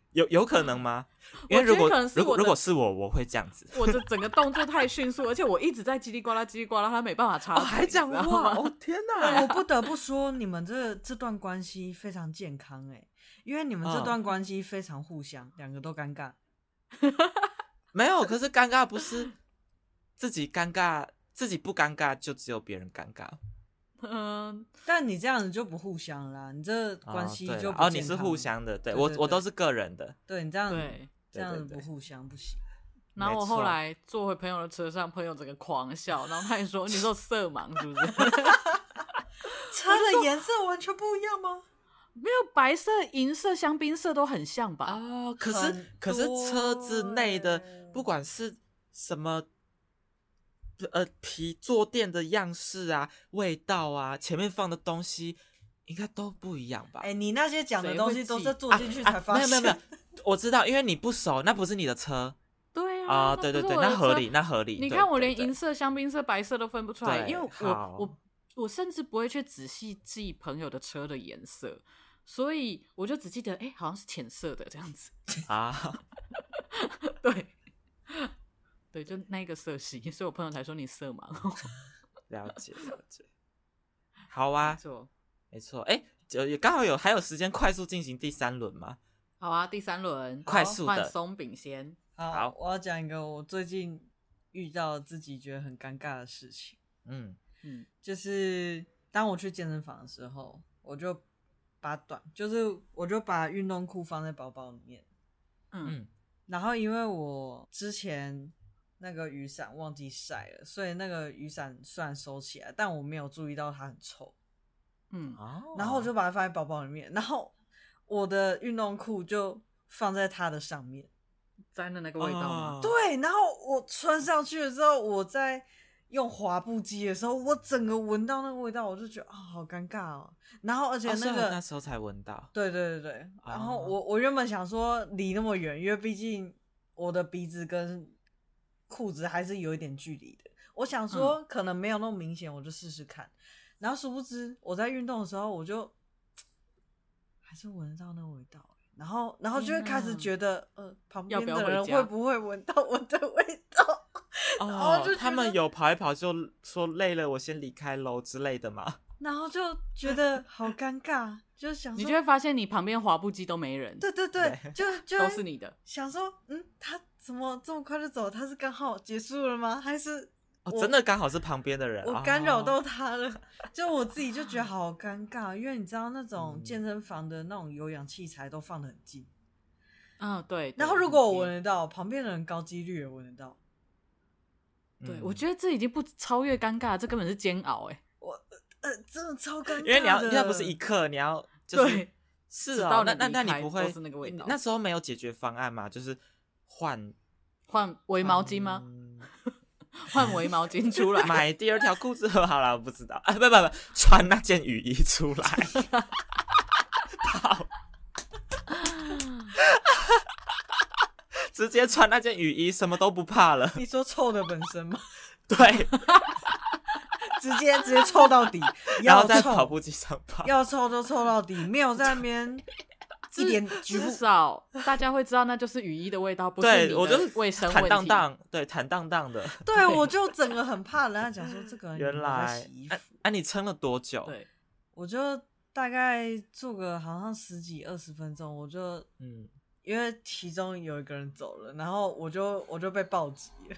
有有可能吗？因为如果如果如果是我，我会这样子。 我的整个动作太迅速，而且我一直在叽里呱啦叽里呱啦，他没办法插嘴。 哦，还讲话！哦天哪！ 我不得不说，你们这这段关系非常健康哎、欸，因为你们这段关系非常互相，两、嗯、个都尴尬。 没有，可是尴尬不是自己尴尬，自己不尴尬就只有别人尴尬。 嗯，但你这样子就不互相啦，你这关系就不健康。 哦，你是互相的，对, 对, 对, 对我我都是个人的。 对你这样对这样子不互相不行。 然后我后来坐回朋友的车上，朋友整个狂笑，然后他也说：“你说色盲是不是？” 车的颜色完全不一样吗？ 没有，白色、银色、香槟色都很像吧？ 哦，可是可是车子内的不管是什么。呃，皮坐垫的样式啊，味道啊，前面放的东西应该都不一样吧？ 哎、欸，你那些讲的东西都是坐进去才发现。 啊啊、没有没有没有，我知道，因为你不熟，那不是你的车。 对啊， 啊、呃，对对对，那合理，那合理。 你看我连银色、香槟色、白色都分不出来，因为我我我甚至不会去仔细记朋友的车的颜色，所以我就只记得，哎、欸，好像是浅色的这样子啊。 对。对，就那个色系，所以我朋友才说你色盲。 了解了解，好啊， 没错没错，哎，也刚好有还有时间快速进行第三轮吗？ 好啊，第三轮快速的， 换松饼先。 好，好我要讲一个我最近遇到自己觉得很尴尬的事情。嗯嗯，就是当我去健身房的时候，我就把短，就是我就把运动裤放在包包里面。嗯，然后因为我之前。那个雨伞忘记晒了，所以那个雨伞虽然收起来，但我没有注意到它很臭。嗯，然后我就把它放在包包里面，然后我的运动裤就放在它的上面， 沾了那个味道吗？ 哦、对，然后我穿上去的时候，我在用滑步机的时候，我整个闻到那个味道，我就觉得啊、哦，好尴尬哦。然后而且那个、 哦、那时候才闻到， 对对对对。哦、然后我我原本想说离那么远，因为毕竟我的鼻子跟裤子还是有一点距离的，我想说可能没有那么明显，我就试试看。然后殊不知我在运动的时候，我就还是闻得到那个味道，然后然后就会开始觉得，呃，旁边的人会不会闻到我的味道？ 哦，他们有跑一跑就说累了，我先离开喽之类的吗？ 然后就觉得好尴尬，就想说你就会发现你旁边滑步机都没人， 对对对，就就都是你的。 想说，嗯，他怎么这么快就走？他是刚好结束了吗？还是哦，真的刚好是旁边的人， 我干扰到他了？哦、就我自己就觉得好尴尬，因为你知道那种健身房的那种有氧器材都放得很近， 嗯，对。 然后如果我闻得到，旁边的人高几率也闻得到。 对，嗯、我觉得这已经不超越尴尬，这根本是煎熬哎、欸。 我呃，真的超尴尬的， 因为你要，那不是一刻，你要就是对是哦，那那那你不会是那个味道？ 那时候没有解决方案吗？就是换换围毛巾吗？换围毛巾出来， 买第二条裤子好了，我不知道啊，不不不，穿那件雨衣出来，好，直接穿那件雨衣，什么都不怕了。 你说臭的本身吗？ 对。 直接直接臭到底， 然后在跑步机上跑， 要臭就臭到底，没有在那边一点局部。 至少大家会知道那就是雨衣的味道，不是你的卫生问题。 坦荡荡，对，坦荡荡的。 对，我就整个很怕人家讲说这个人原来在洗衣服。 哎、啊啊，你撑了多久？ 对， 我就大概做个好像十几二十分钟，我就嗯，因为其中有一个人走了，然后我就我就被暴击了。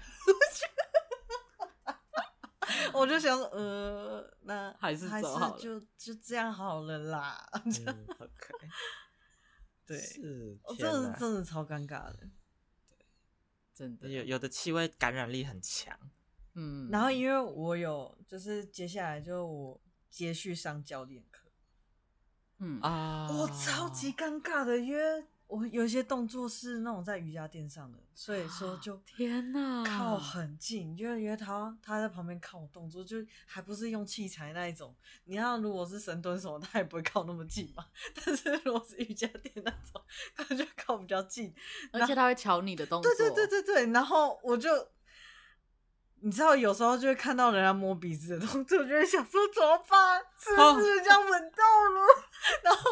我就想说，呃，那还是走好了， 就就这样好了啦。 嗯、OK， 对， 是， 我、哦、真的是真的超尴尬的， 真的有有的气味感染力很强， 嗯。然后因为我有，就是接下来就我接续上教练课，嗯啊，我、哦、超级尴尬的，因为我有一些动作是那种在瑜伽垫上的，所以说就天哪， 靠很近，就因为他他在旁边看我动作，就还不是用器材那一种。你看，如果是深蹲什么，他也不会靠那么近嘛。但是如果是瑜伽垫那种，他就靠比较近， 而且他会瞧你的动作。 对对对对对，然后我就。你知道有时候就会看到人家摸鼻子的动作，就会想说怎么办？是不是人家闻到了？然后就直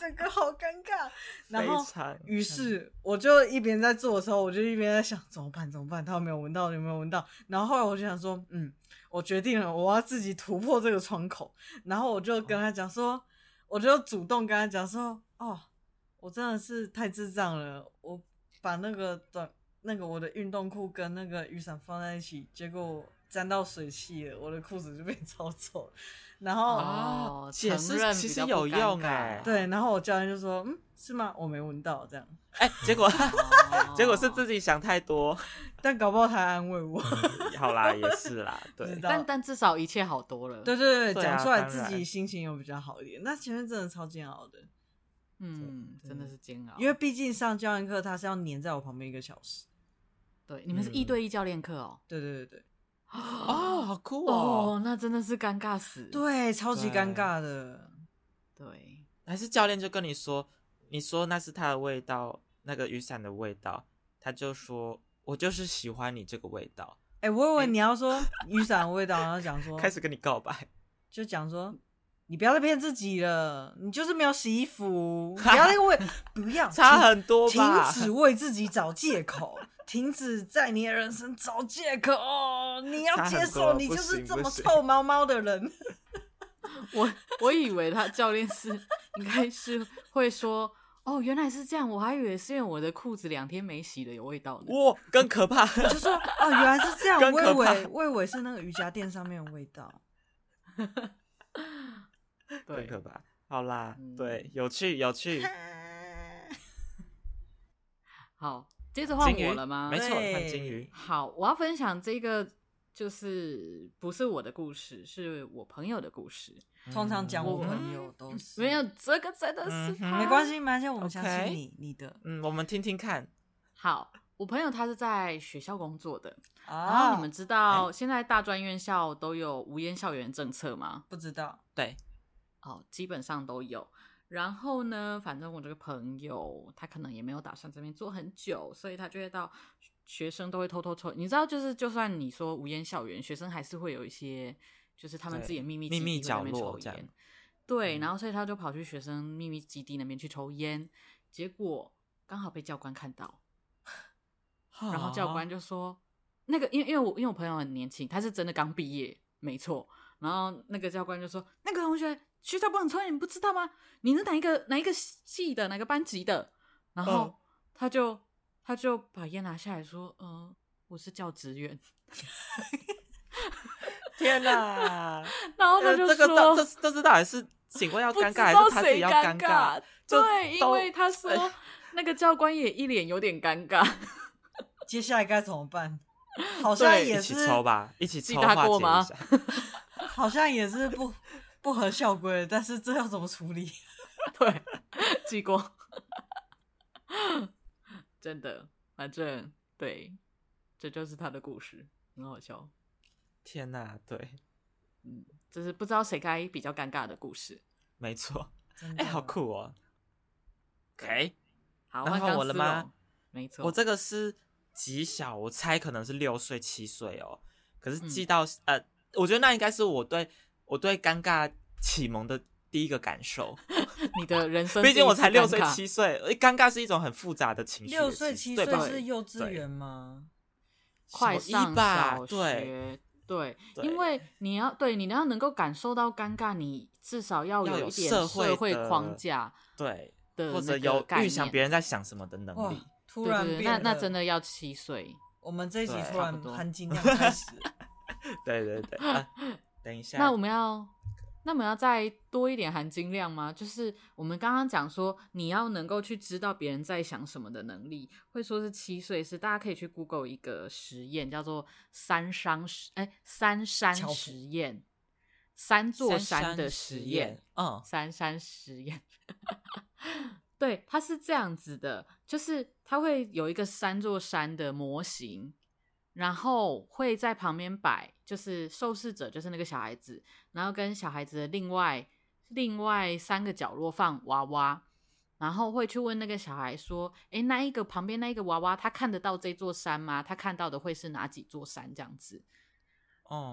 整个好尴尬。然后非常， 于是我就一边在做的时候，我就一边在想怎么办怎么办，他有没有闻到有没有闻到？然后后来我就想说，嗯，我决定了，我要自己突破这个窗口。然后我就跟他讲说，我就主动跟他讲说，哦，我真的是太智障了，我把那个短那个我的运动裤跟那个雨伞放在一起，结果沾到水汽了，我的裤子就变超臭。然后、 哦， 解释承认其实比较不尴有用尬欸对，然后我教练就说，嗯，是吗？我没闻到这样， 哎、结果哦结果是自己想太多。 但搞不好他还安慰我。 好啦，也是啦，对不知，道但但至少一切好多了。 对对对， 对啊讲出来当然自己心情有比较好一点。那前面真的超煎熬的， 嗯，真的是煎熬。 因为毕竟上教练课他是要黏在我旁边一个小时。 对你们是一对一教练课哦。 对对对对哦，好酷哦哦！， 那真的是尴尬死。 对，超级对尴尬的。 对， 还是教练就跟你说，你说那是他的味道，那个雨伞的味道，他就说我就是喜欢你这个味道， 哎、我以为你要说雨伞的味道，然后讲说， 开始跟你告白。 就讲说，你不要再骗自己了，你就是没有洗衣服，不要再为，不要差很多停吧？ 停止为自己找借口，停止在你的人生找借口，你要接受你就是这么臭毛毛的人。 我我以为他教练是应该是会说，哦，原来是这样，我还以为是因为我的裤子两天没洗了有味道呢。 哇，更可怕！ 就说哦，原来是这样，我以更可怕为我以为是那个瑜伽垫上面的味道。 对， 更可怕。好啦， 嗯对，有趣有趣。 好，接着换金鱼我了吗？ 没错， 对换金鱼。 好，我要分享这个，就是不是我的故事，是我朋友的故事。 通常讲我我朋友都是没有，这个真的是嗯哼他没关系，没关系，我们相 OK 信你，你的嗯，我们听听看。 好，我朋友他是在学校工作的，然啊后你们知道现在大专院校都有无烟校园政策吗？ 不知道对， 哦，基本上都有。然后呢，反正我这个朋友他可能也没有打算这边做很久，所以他就会到学生都会偷偷抽。你知道，就是就算你说无烟校园，学生还是会有一些就是他们自己的秘密秘密基地会在那边角落这样抽烟。对， 嗯然后所以他就跑去学生秘密基地那边去抽烟，结果刚好被教官看到，然后教官就说：“那个，因为因为我因为我朋友很年轻，他是真的刚毕业，没错。然后那个教官就说：‘那个同学，学校不能抽烟，你不知道吗？你是哪一个哪一个系的，哪个班级的？’然后嗯他就他就把烟拿下来说：‘嗯、呃，我是教职员。’ 天哪！ 然后他就说：‘ 呃这个到这这是到底是警官要不知尴尬，还道是他自己谁要尴尬？’ 就对，因都为他说那个教官也一脸有点尴尬。” 接下来该怎么办？好像对也一起是， 抽吧，一起记抽化解他过吗一下。 好像也是不不合校规的，但是这要怎么处理？ 对，记过，真的，反正对，这就是他的故事，很好笑。 天哪，对， 嗯，这是不知道谁该比较尴尬的故事。 没错。 真的哎、好酷哦。OK， 好， 然后换钢丝我了吗绒？没错， 我这个是极小，我猜可能是六岁七岁哦。可是嗯记到、呃，我觉得那应该是我对我对尴尬启蒙的第一个感受。 你的人生， 毕竟我才六岁七岁，呃尴尬是一种很复杂的情绪的。 六岁七岁对吧是幼稚园吗？ 小一快上吧小对学。对， 对因为你要对你要能够感受到尴尬，你至少要要有一点社会社会的框架对， 的或者那个概有预想念别人在想什么的能哇力。， 突对对对， 然变了那那真的要七岁。 我们这一集对突差不多然含金量开始了， 对对对，啊、等一下， 那我们要，那我们要再多一点含金量吗？就是我们刚刚讲说，你要能够去知道别人在想什么的能力，会说是七岁，是大家可以去 Google 一个实验，叫做三山实，哎，三山巧夫实验，三座三山的实实验，， 嗯， 三山实验。对，它是这样子的，就是它会有一个三座山的模型，然后会在旁边摆，就是受试者就是那个小孩子，然后跟小孩子的另外另外三个角落放娃娃，然后会去问那个小孩说：“诶，那一个旁边那一个娃娃，他看得到这座山吗？他看到的会是哪几座山？”这样子。 哦，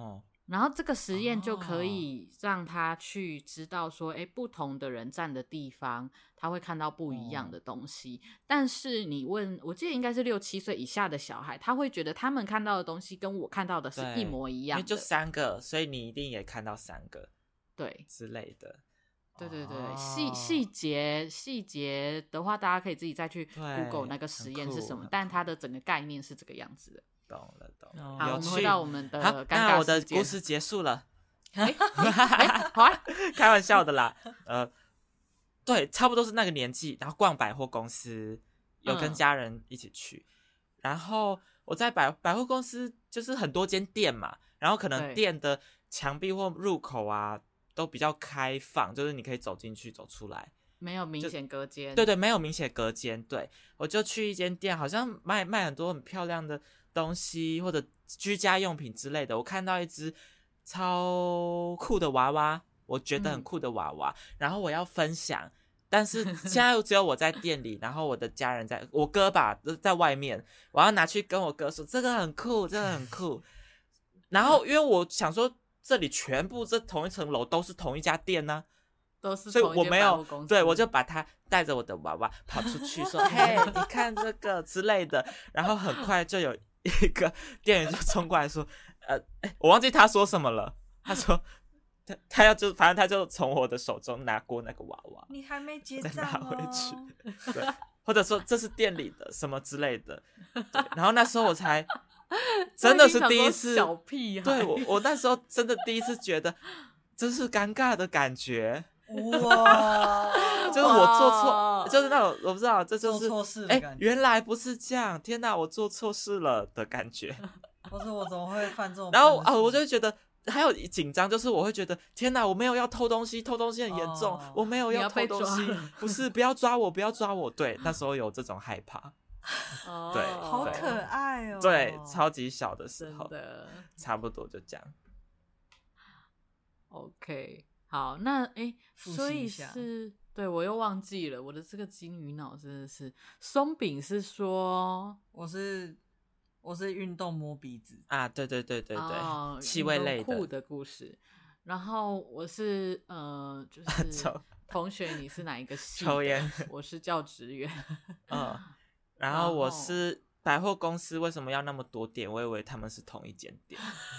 然后这个实验就可以让他去知道说，哎、哦，不同的人站的地方，他会看到不一样的东西。哦、但是你问，我记得应该是六七岁以下的小孩，他会觉得他们看到的东西跟我看到的是一模一样的， 因为就三个，所以你一定也看到三个， 对之类的。 对对对，细细节细节的话，大家可以自己再去 Google 那个实验是什么，但它的整个概念是这个样子的。 懂了懂了。 好，我们回到我们的尴尬事件。 那我的故事结束了。 哎、欸欸，好啊， 开玩笑的啦。呃，对，差不多是那个年纪，然后逛百货公司，有跟家人一起去。嗯、然后我在百百货公司就是很多间店嘛，然后可能店的墙壁或入口啊都比较开放，就是你可以走进去走出来。 没有明显隔间， 对对，没有明显隔间。对，我就去一间店，好像卖卖很多很漂亮的东西或者居家用品之类的。我看到一只超酷的娃娃，我觉得很酷的娃娃，嗯、然后我要分享，但是现在只有我在店里，然后我的家人在，我哥吧在外面，我要拿去跟我哥说这个很酷，这个很酷。然后因为我想说，这里全部这同一层楼都是同一家店呢、啊。 都是所以我没有，对，我就把他带着我的娃娃跑出去说嘿你看这个之类的，然后很快就有一个店员就冲过来说呃，我忘记他说什么了，他说他他要就反正他就从我的手中拿过那个娃娃， 你还没结账、哦、再拿回去，对，或者说这是店里的什么之类的，对，然后那时候我才真的是第一次小屁孩， 对，我我那时候真的第一次觉得真是尴尬的感觉。 哇， 就是我做错，就是那种我不知道，这就是做错事的感觉。 哎，原来不是这样！天哪，我做错事了的感觉。 或者我怎么会犯这种？ 然后啊，我就会觉得还有紧张，就是我会觉得天哪，我没有要偷东西，偷东西很严重，哦、我没有要偷东西，不是，不要抓我，不要抓我。对，那时候有这种害怕。 哦， 对， 好可爱哦。 对，超级小的时候， 的差不多就这样。 OK。好，那哎，所以是对我又忘记了我的这个金鱼脑真的是松饼是说我是我是运动摸鼻子啊，对对对对对， 哦、 气味类的酷的故事，然后我是呃就是同学你是哪一个系？ 抽烟， 我是教职员， 嗯，然后我是百货公司为什么要那么多店？我以为他们是同一间店。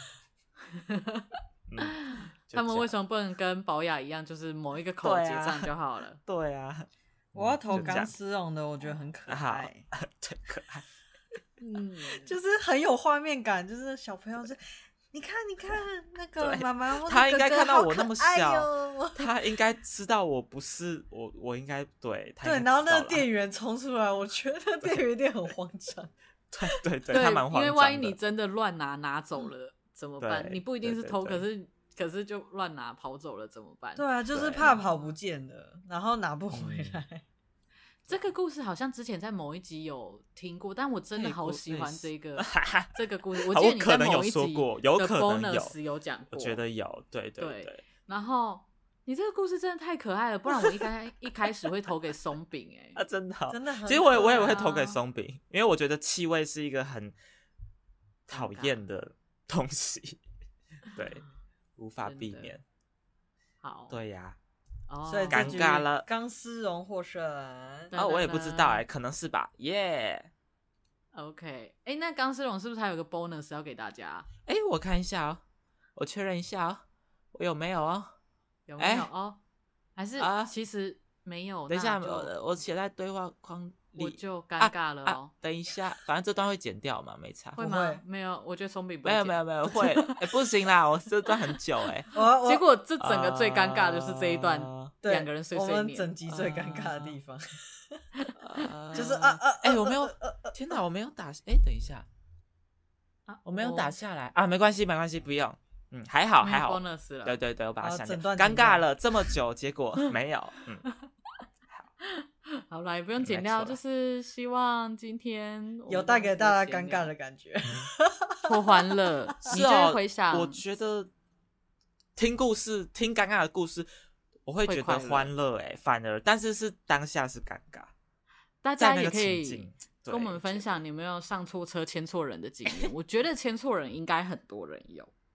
嗯， 他们为什么不能跟宝雅一样，就是某一个口结账就好了？ 对啊，对啊我要投钢丝绒的，我觉得很可爱， 对，可爱， 嗯，就是很有画面感，就是小朋友就你看，你看那个妈妈， 他应该看到我那么小， 哦、 他应该知道我不是我，我应该对他对，然后那个店员冲出来，我觉得店员一定很慌张， 对对对， 对他蛮慌张的， 因为万一你真的乱拿拿走了。嗯怎么办？你不一定是偷， 对对对可是可是就乱拿跑走了怎么办？ 对啊，就是怕跑不见了，然后拿不回来。 嗯、 这个故事好像之前在某一集有听过，但我真的好喜欢这个这个故事。我记得你在某一集的 bonus 有讲过， 我觉得有，对对 对, 对。 然后你这个故事真的太可爱了，不然我一开一开始会投给松饼哎、 欸，啊真的、哦、 真的很， 其实我也我也会投给松饼，因为我觉得气味是一个很讨厌的东西，对，无法避免。 好， 对呀、 啊，哦、所以尴尬了。 钢丝绒获胜啊，我也不知道哎、欸，可能是吧，耶、 yeah 。OK， 哎、欸，那钢丝绒是不是还有个 bonus 要给大家？ 哎、欸，我看一下哦，我确认一下哦，我有没有哦？ 有没有、欸、哦？还是啊？其实没有。 等一下，我我写在对话框。 我就尴尬了哦、 啊啊。等一下，反正这段会剪掉嘛，没差。 会吗？没有，我觉得松饼不会没有没有没有会，哎、欸、不行啦，我这段很久哎、 欸。 结果这整个最尴尬的就是这一段两、呃、个人碎碎念， 我们整集最尴尬的地方， 呃、 就是啊啊哎、欸、我没有，天哪，我没有打，哎、欸、等一下，啊我没有打下来啊，没关系没关系，不用，嗯还好还好，对对对，我把它删掉，尴尬了这么久，结果没有，嗯。 好啦，也不用剪掉，就是希望今天有带给大家尴尬的感觉， 或欢乐。你就会回想， 我觉得听故事、听尴尬的故事，我会觉得欢乐哎、欸，反而但是是当下是尴尬。 大家也可以跟我们分享，你有没有上错车、牵错人的经验？我觉得牵错人应该很多人有。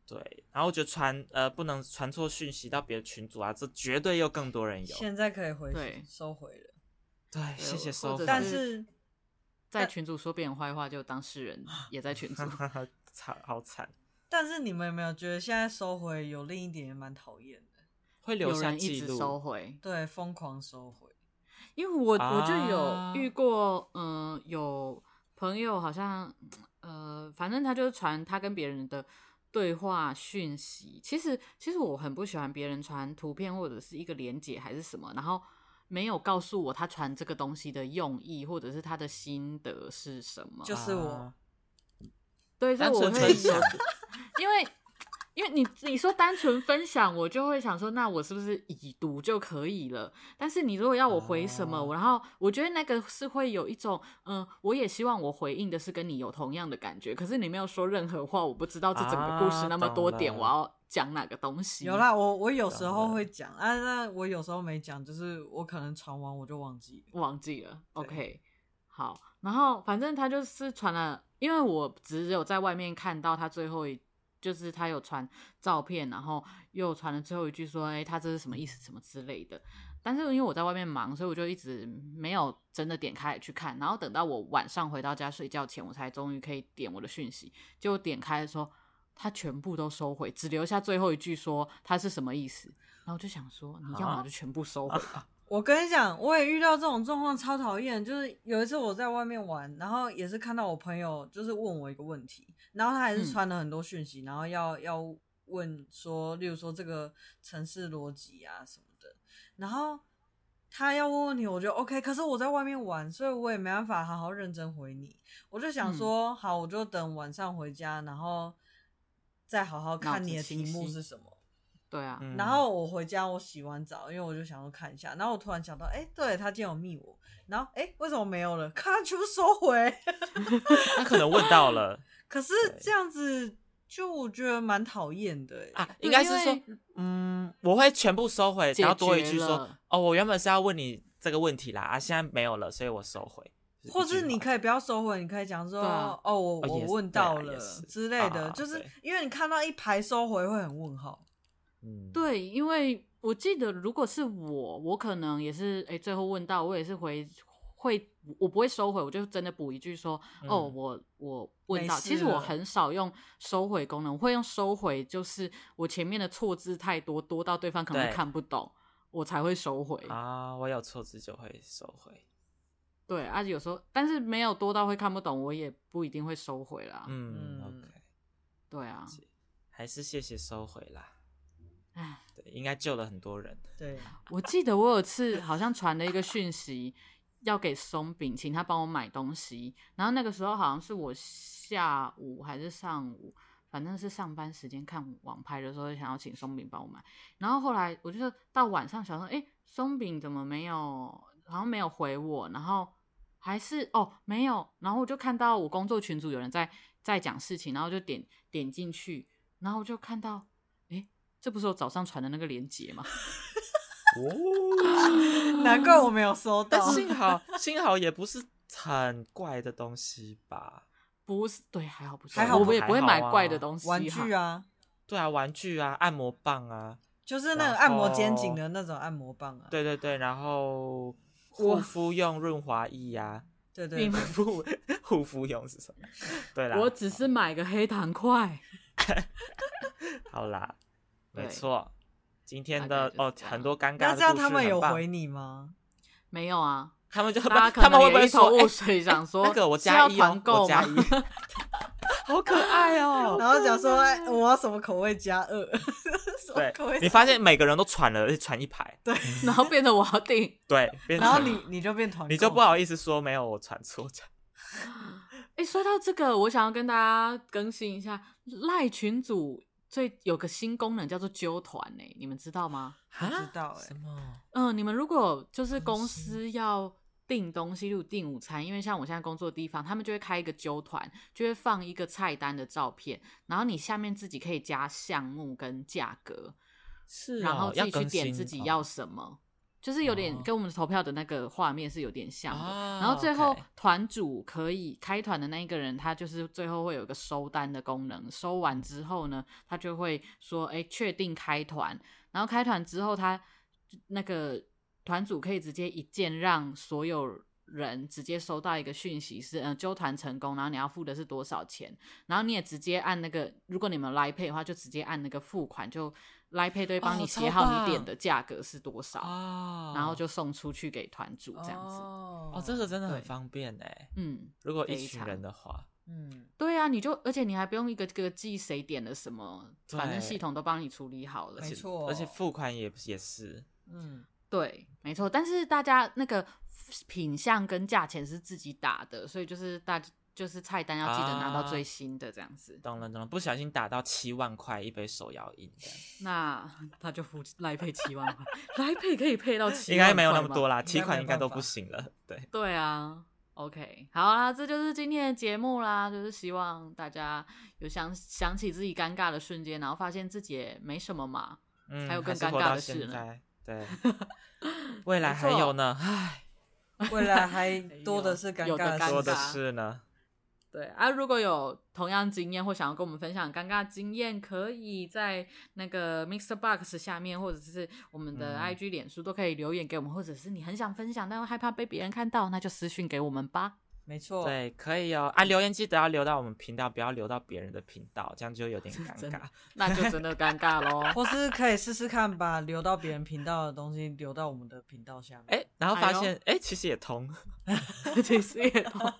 对，然后我觉得传呃不能传错讯息到别的群组啊，这绝对又更多人有。 现在可以回对收回了， 对，谢谢收回。 或者但是在群组说别人坏话，就当事人也在群组， 惨，好惨。 但是你们有没有觉得现在收回有另一点也蛮讨厌的？ 会留下有人一直记录， 收回， 对，疯狂收回。 因为我、 啊我就有遇过，嗯、呃，有朋友好像，呃，反正他就是传他跟别人的对话讯息。其实，其实我很不喜欢别人传图片或者是一个连结还是什么，然后没有告诉我他传这个东西的用意或者是他的心得是什么。 就是我， 啊对，所以我单纯会分享因为。因为你你说单纯分享，我就会想说，那我是不是已读就可以了？但是你如果要我回什么， 哦然后我觉得那个是会有一种，嗯，我也希望我回应的是跟你有同样的感觉。可是你没有说任何话，我不知道这整个故事那么多点， 啊我要讲哪个东西。 有啦，我我有时候会讲啊，那我有时候没讲，就是我可能传完我就忘记了， 忘记了。OK， 好，然后反正他就是传了，因为我只有在外面看到他最后一。就是他有传照片，然后又传了最后一句说：“哎、欸，他这是什么意思？什么之类的。”但是因为我在外面忙，所以我就一直没有真的点开来去看。然后等到我晚上回到家睡觉前，我才终于可以点我的讯息。结果点开的时候，他全部都收回，只留下最后一句说他是什么意思。然后我就想说，你要么就全部收回吧。 我跟你讲，我也遇到这种状况，超讨厌。就是有一次我在外面玩，然后也是看到我朋友就是问我一个问题，然后他还是传了很多讯息，嗯、然后要要问说，例如说这个程式逻辑啊什么的，然后他要问问题，我就 OK， 可是我在外面玩，所以我也没办法好好认真回你。我就想说，嗯、好，我就等晚上回家，然后再好好看你的题目是什么。 对啊， 然后我回家，我洗完澡，因为我就想说看一下，然后我突然想到，哎，对他今天有密我，然后哎，为什么没有了？看全部收回， 他可能问到了， 可是这样子就我觉得蛮讨厌的啊，应该是说，嗯，我会全部收回，然后多一句说，哦，我原本是要问你这个问题啦，啊，现在没有了，所以我收回。 或是你可以不要收回，你可以讲说，啊、哦，我、哦、我问到了、啊、之类的，啊、就是因为你看到一排收回会很问号。 嗯， 对，因为我记得如果是我，我可能也是，哎，最后问到，我也是回会，我不会收回，我就真的补一句说，嗯、哦，我我问到，其实我很少用收回功能，我会用收回，就是我前面的错字太多，多到对方可能会看不懂，我才会收回啊。我有错字就会收回。 对啊，有时候，但是没有多到会看不懂，我也不一定会收回啦。 嗯 ，OK， 对啊， 还是谢谢收回啦。 唉， 对，应该救了很多人。 对， 我记得我有次好像传了一个讯息，要给松饼，请他帮我买东西。然后那个时候好像是我下午还是上午，反正是上班时间看网拍的时候，想要请松饼帮我买。然后后来我就到晚上想说，哎，松饼怎么没有？好像没有回我，然后还是哦没有，然后我就看到我工作群组有人在在讲事情，然后就点点进去，然后我就看到，哎，这不是我早上传的那个链接吗？ 哦， 难怪我没有收到。 但幸好幸好也不是很怪的东西吧？ 不是，对，还好不是， 还好我也不会买怪的东西， 玩具啊， 对啊，玩具啊，按摩棒啊， 就是那个按摩肩颈的那种按摩棒啊。 对对对，然后护肤用润滑液啊， 对对对， 护护肤用是什么？对啦， 我只是买个黑糖块。 好啦，没错，今天的哦很多尴尬的故事， 那这样他们有回你吗？ 没有啊， 他们就大家可他们会不会能一头说雾水，想说那个我加一哦，我加一，好可爱哦。 然后讲说，哎，我要什么口味加二？ 对，你发现每个人都传了，而且传一排， 对， 然后变得我要订， 对， 然后你你就变团购， 你就不好意思说没有我传错。 哎，说到这个，我想要跟大家更新一下，赖群组最有个新功能叫做揪团呢，你们知道吗？ 不知道哎、欸， 什么？ 嗯、呃，你们如果就是公司要订东西，例如订午餐，因为像我现在工作的地方，他们就会开一个揪团，就会放一个菜单的照片，然后你下面自己可以加项目跟价格， 是、哦， 然后自己去点要更新自己要什么。 就是有点哦跟我们投票的那个画面是有点像的。 哦然后最后 OK 团主可以开团的那一个人，他就是最后会有一个收单的功能，收完之后呢，他就会说，哎，确定开团。然后开团之后，他那个团主可以直接一键让所有人直接收到一个讯息是，呃，揪团成功，然后你要付的是多少钱，然后你也直接按那个，如果你们 Line Pay 的话，就直接按那个付款，就 Line Pay 都会帮你写好你点的价格是多少， 哦， 然后就送出去给团主这样子。 哦哦，这个真的很对方便哎。 嗯， 如果一非常群人的话， 嗯， 对啊，你就而且你还不用一个个记谁点了什么，反正对系统都帮你处理好了。 没错而且付款也也是， 嗯， 对，没错，但是大家那个品项跟价钱是自己打的，所以就是大就是菜单要记得拿到最新的这样子。 懂了懂了，不小心打到七万块一杯手摇饮这样， 那他就付来配七万块，来配可以配到七应万块吗， 该没有那么多啦， 应该提款应该都没有办法不行了。对， 对啊，OK， 好啦，这就是今天的节目啦，就是希望大家有想想起自己尴尬的瞬间，然后发现自己也没什么嘛。 嗯， 还有更是活到尴尬的事呢现在，对，未来还有呢，唉， 未来还多的是尴有的尴尬的事多的尬是呢。 对啊，如果有同样经验或想要跟我们分享尴尬经验，可以在那个 Mixer Box 下面，或者是我们的 I G、脸书都可以留言给我们，或者是你很想分享，但又害怕被别人看到，那就私讯给我们吧。 没错， 对，可以哦。啊，留言记得要留到我们频道，不要留到别人的频道，这样就有点尴真的尬。 那就真的尴尬咯。 或是可以试试看，把留到别人频道的东西留到我们的频道下面。 哎，然后发现，哎，其实也通。 其实也通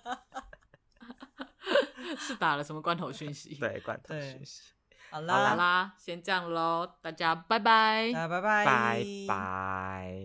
是打了什么罐头讯息？ 对，罐头对讯息。 好好啦， 啦，先这样咯，大家拜拜。 大家拜拜， 拜拜。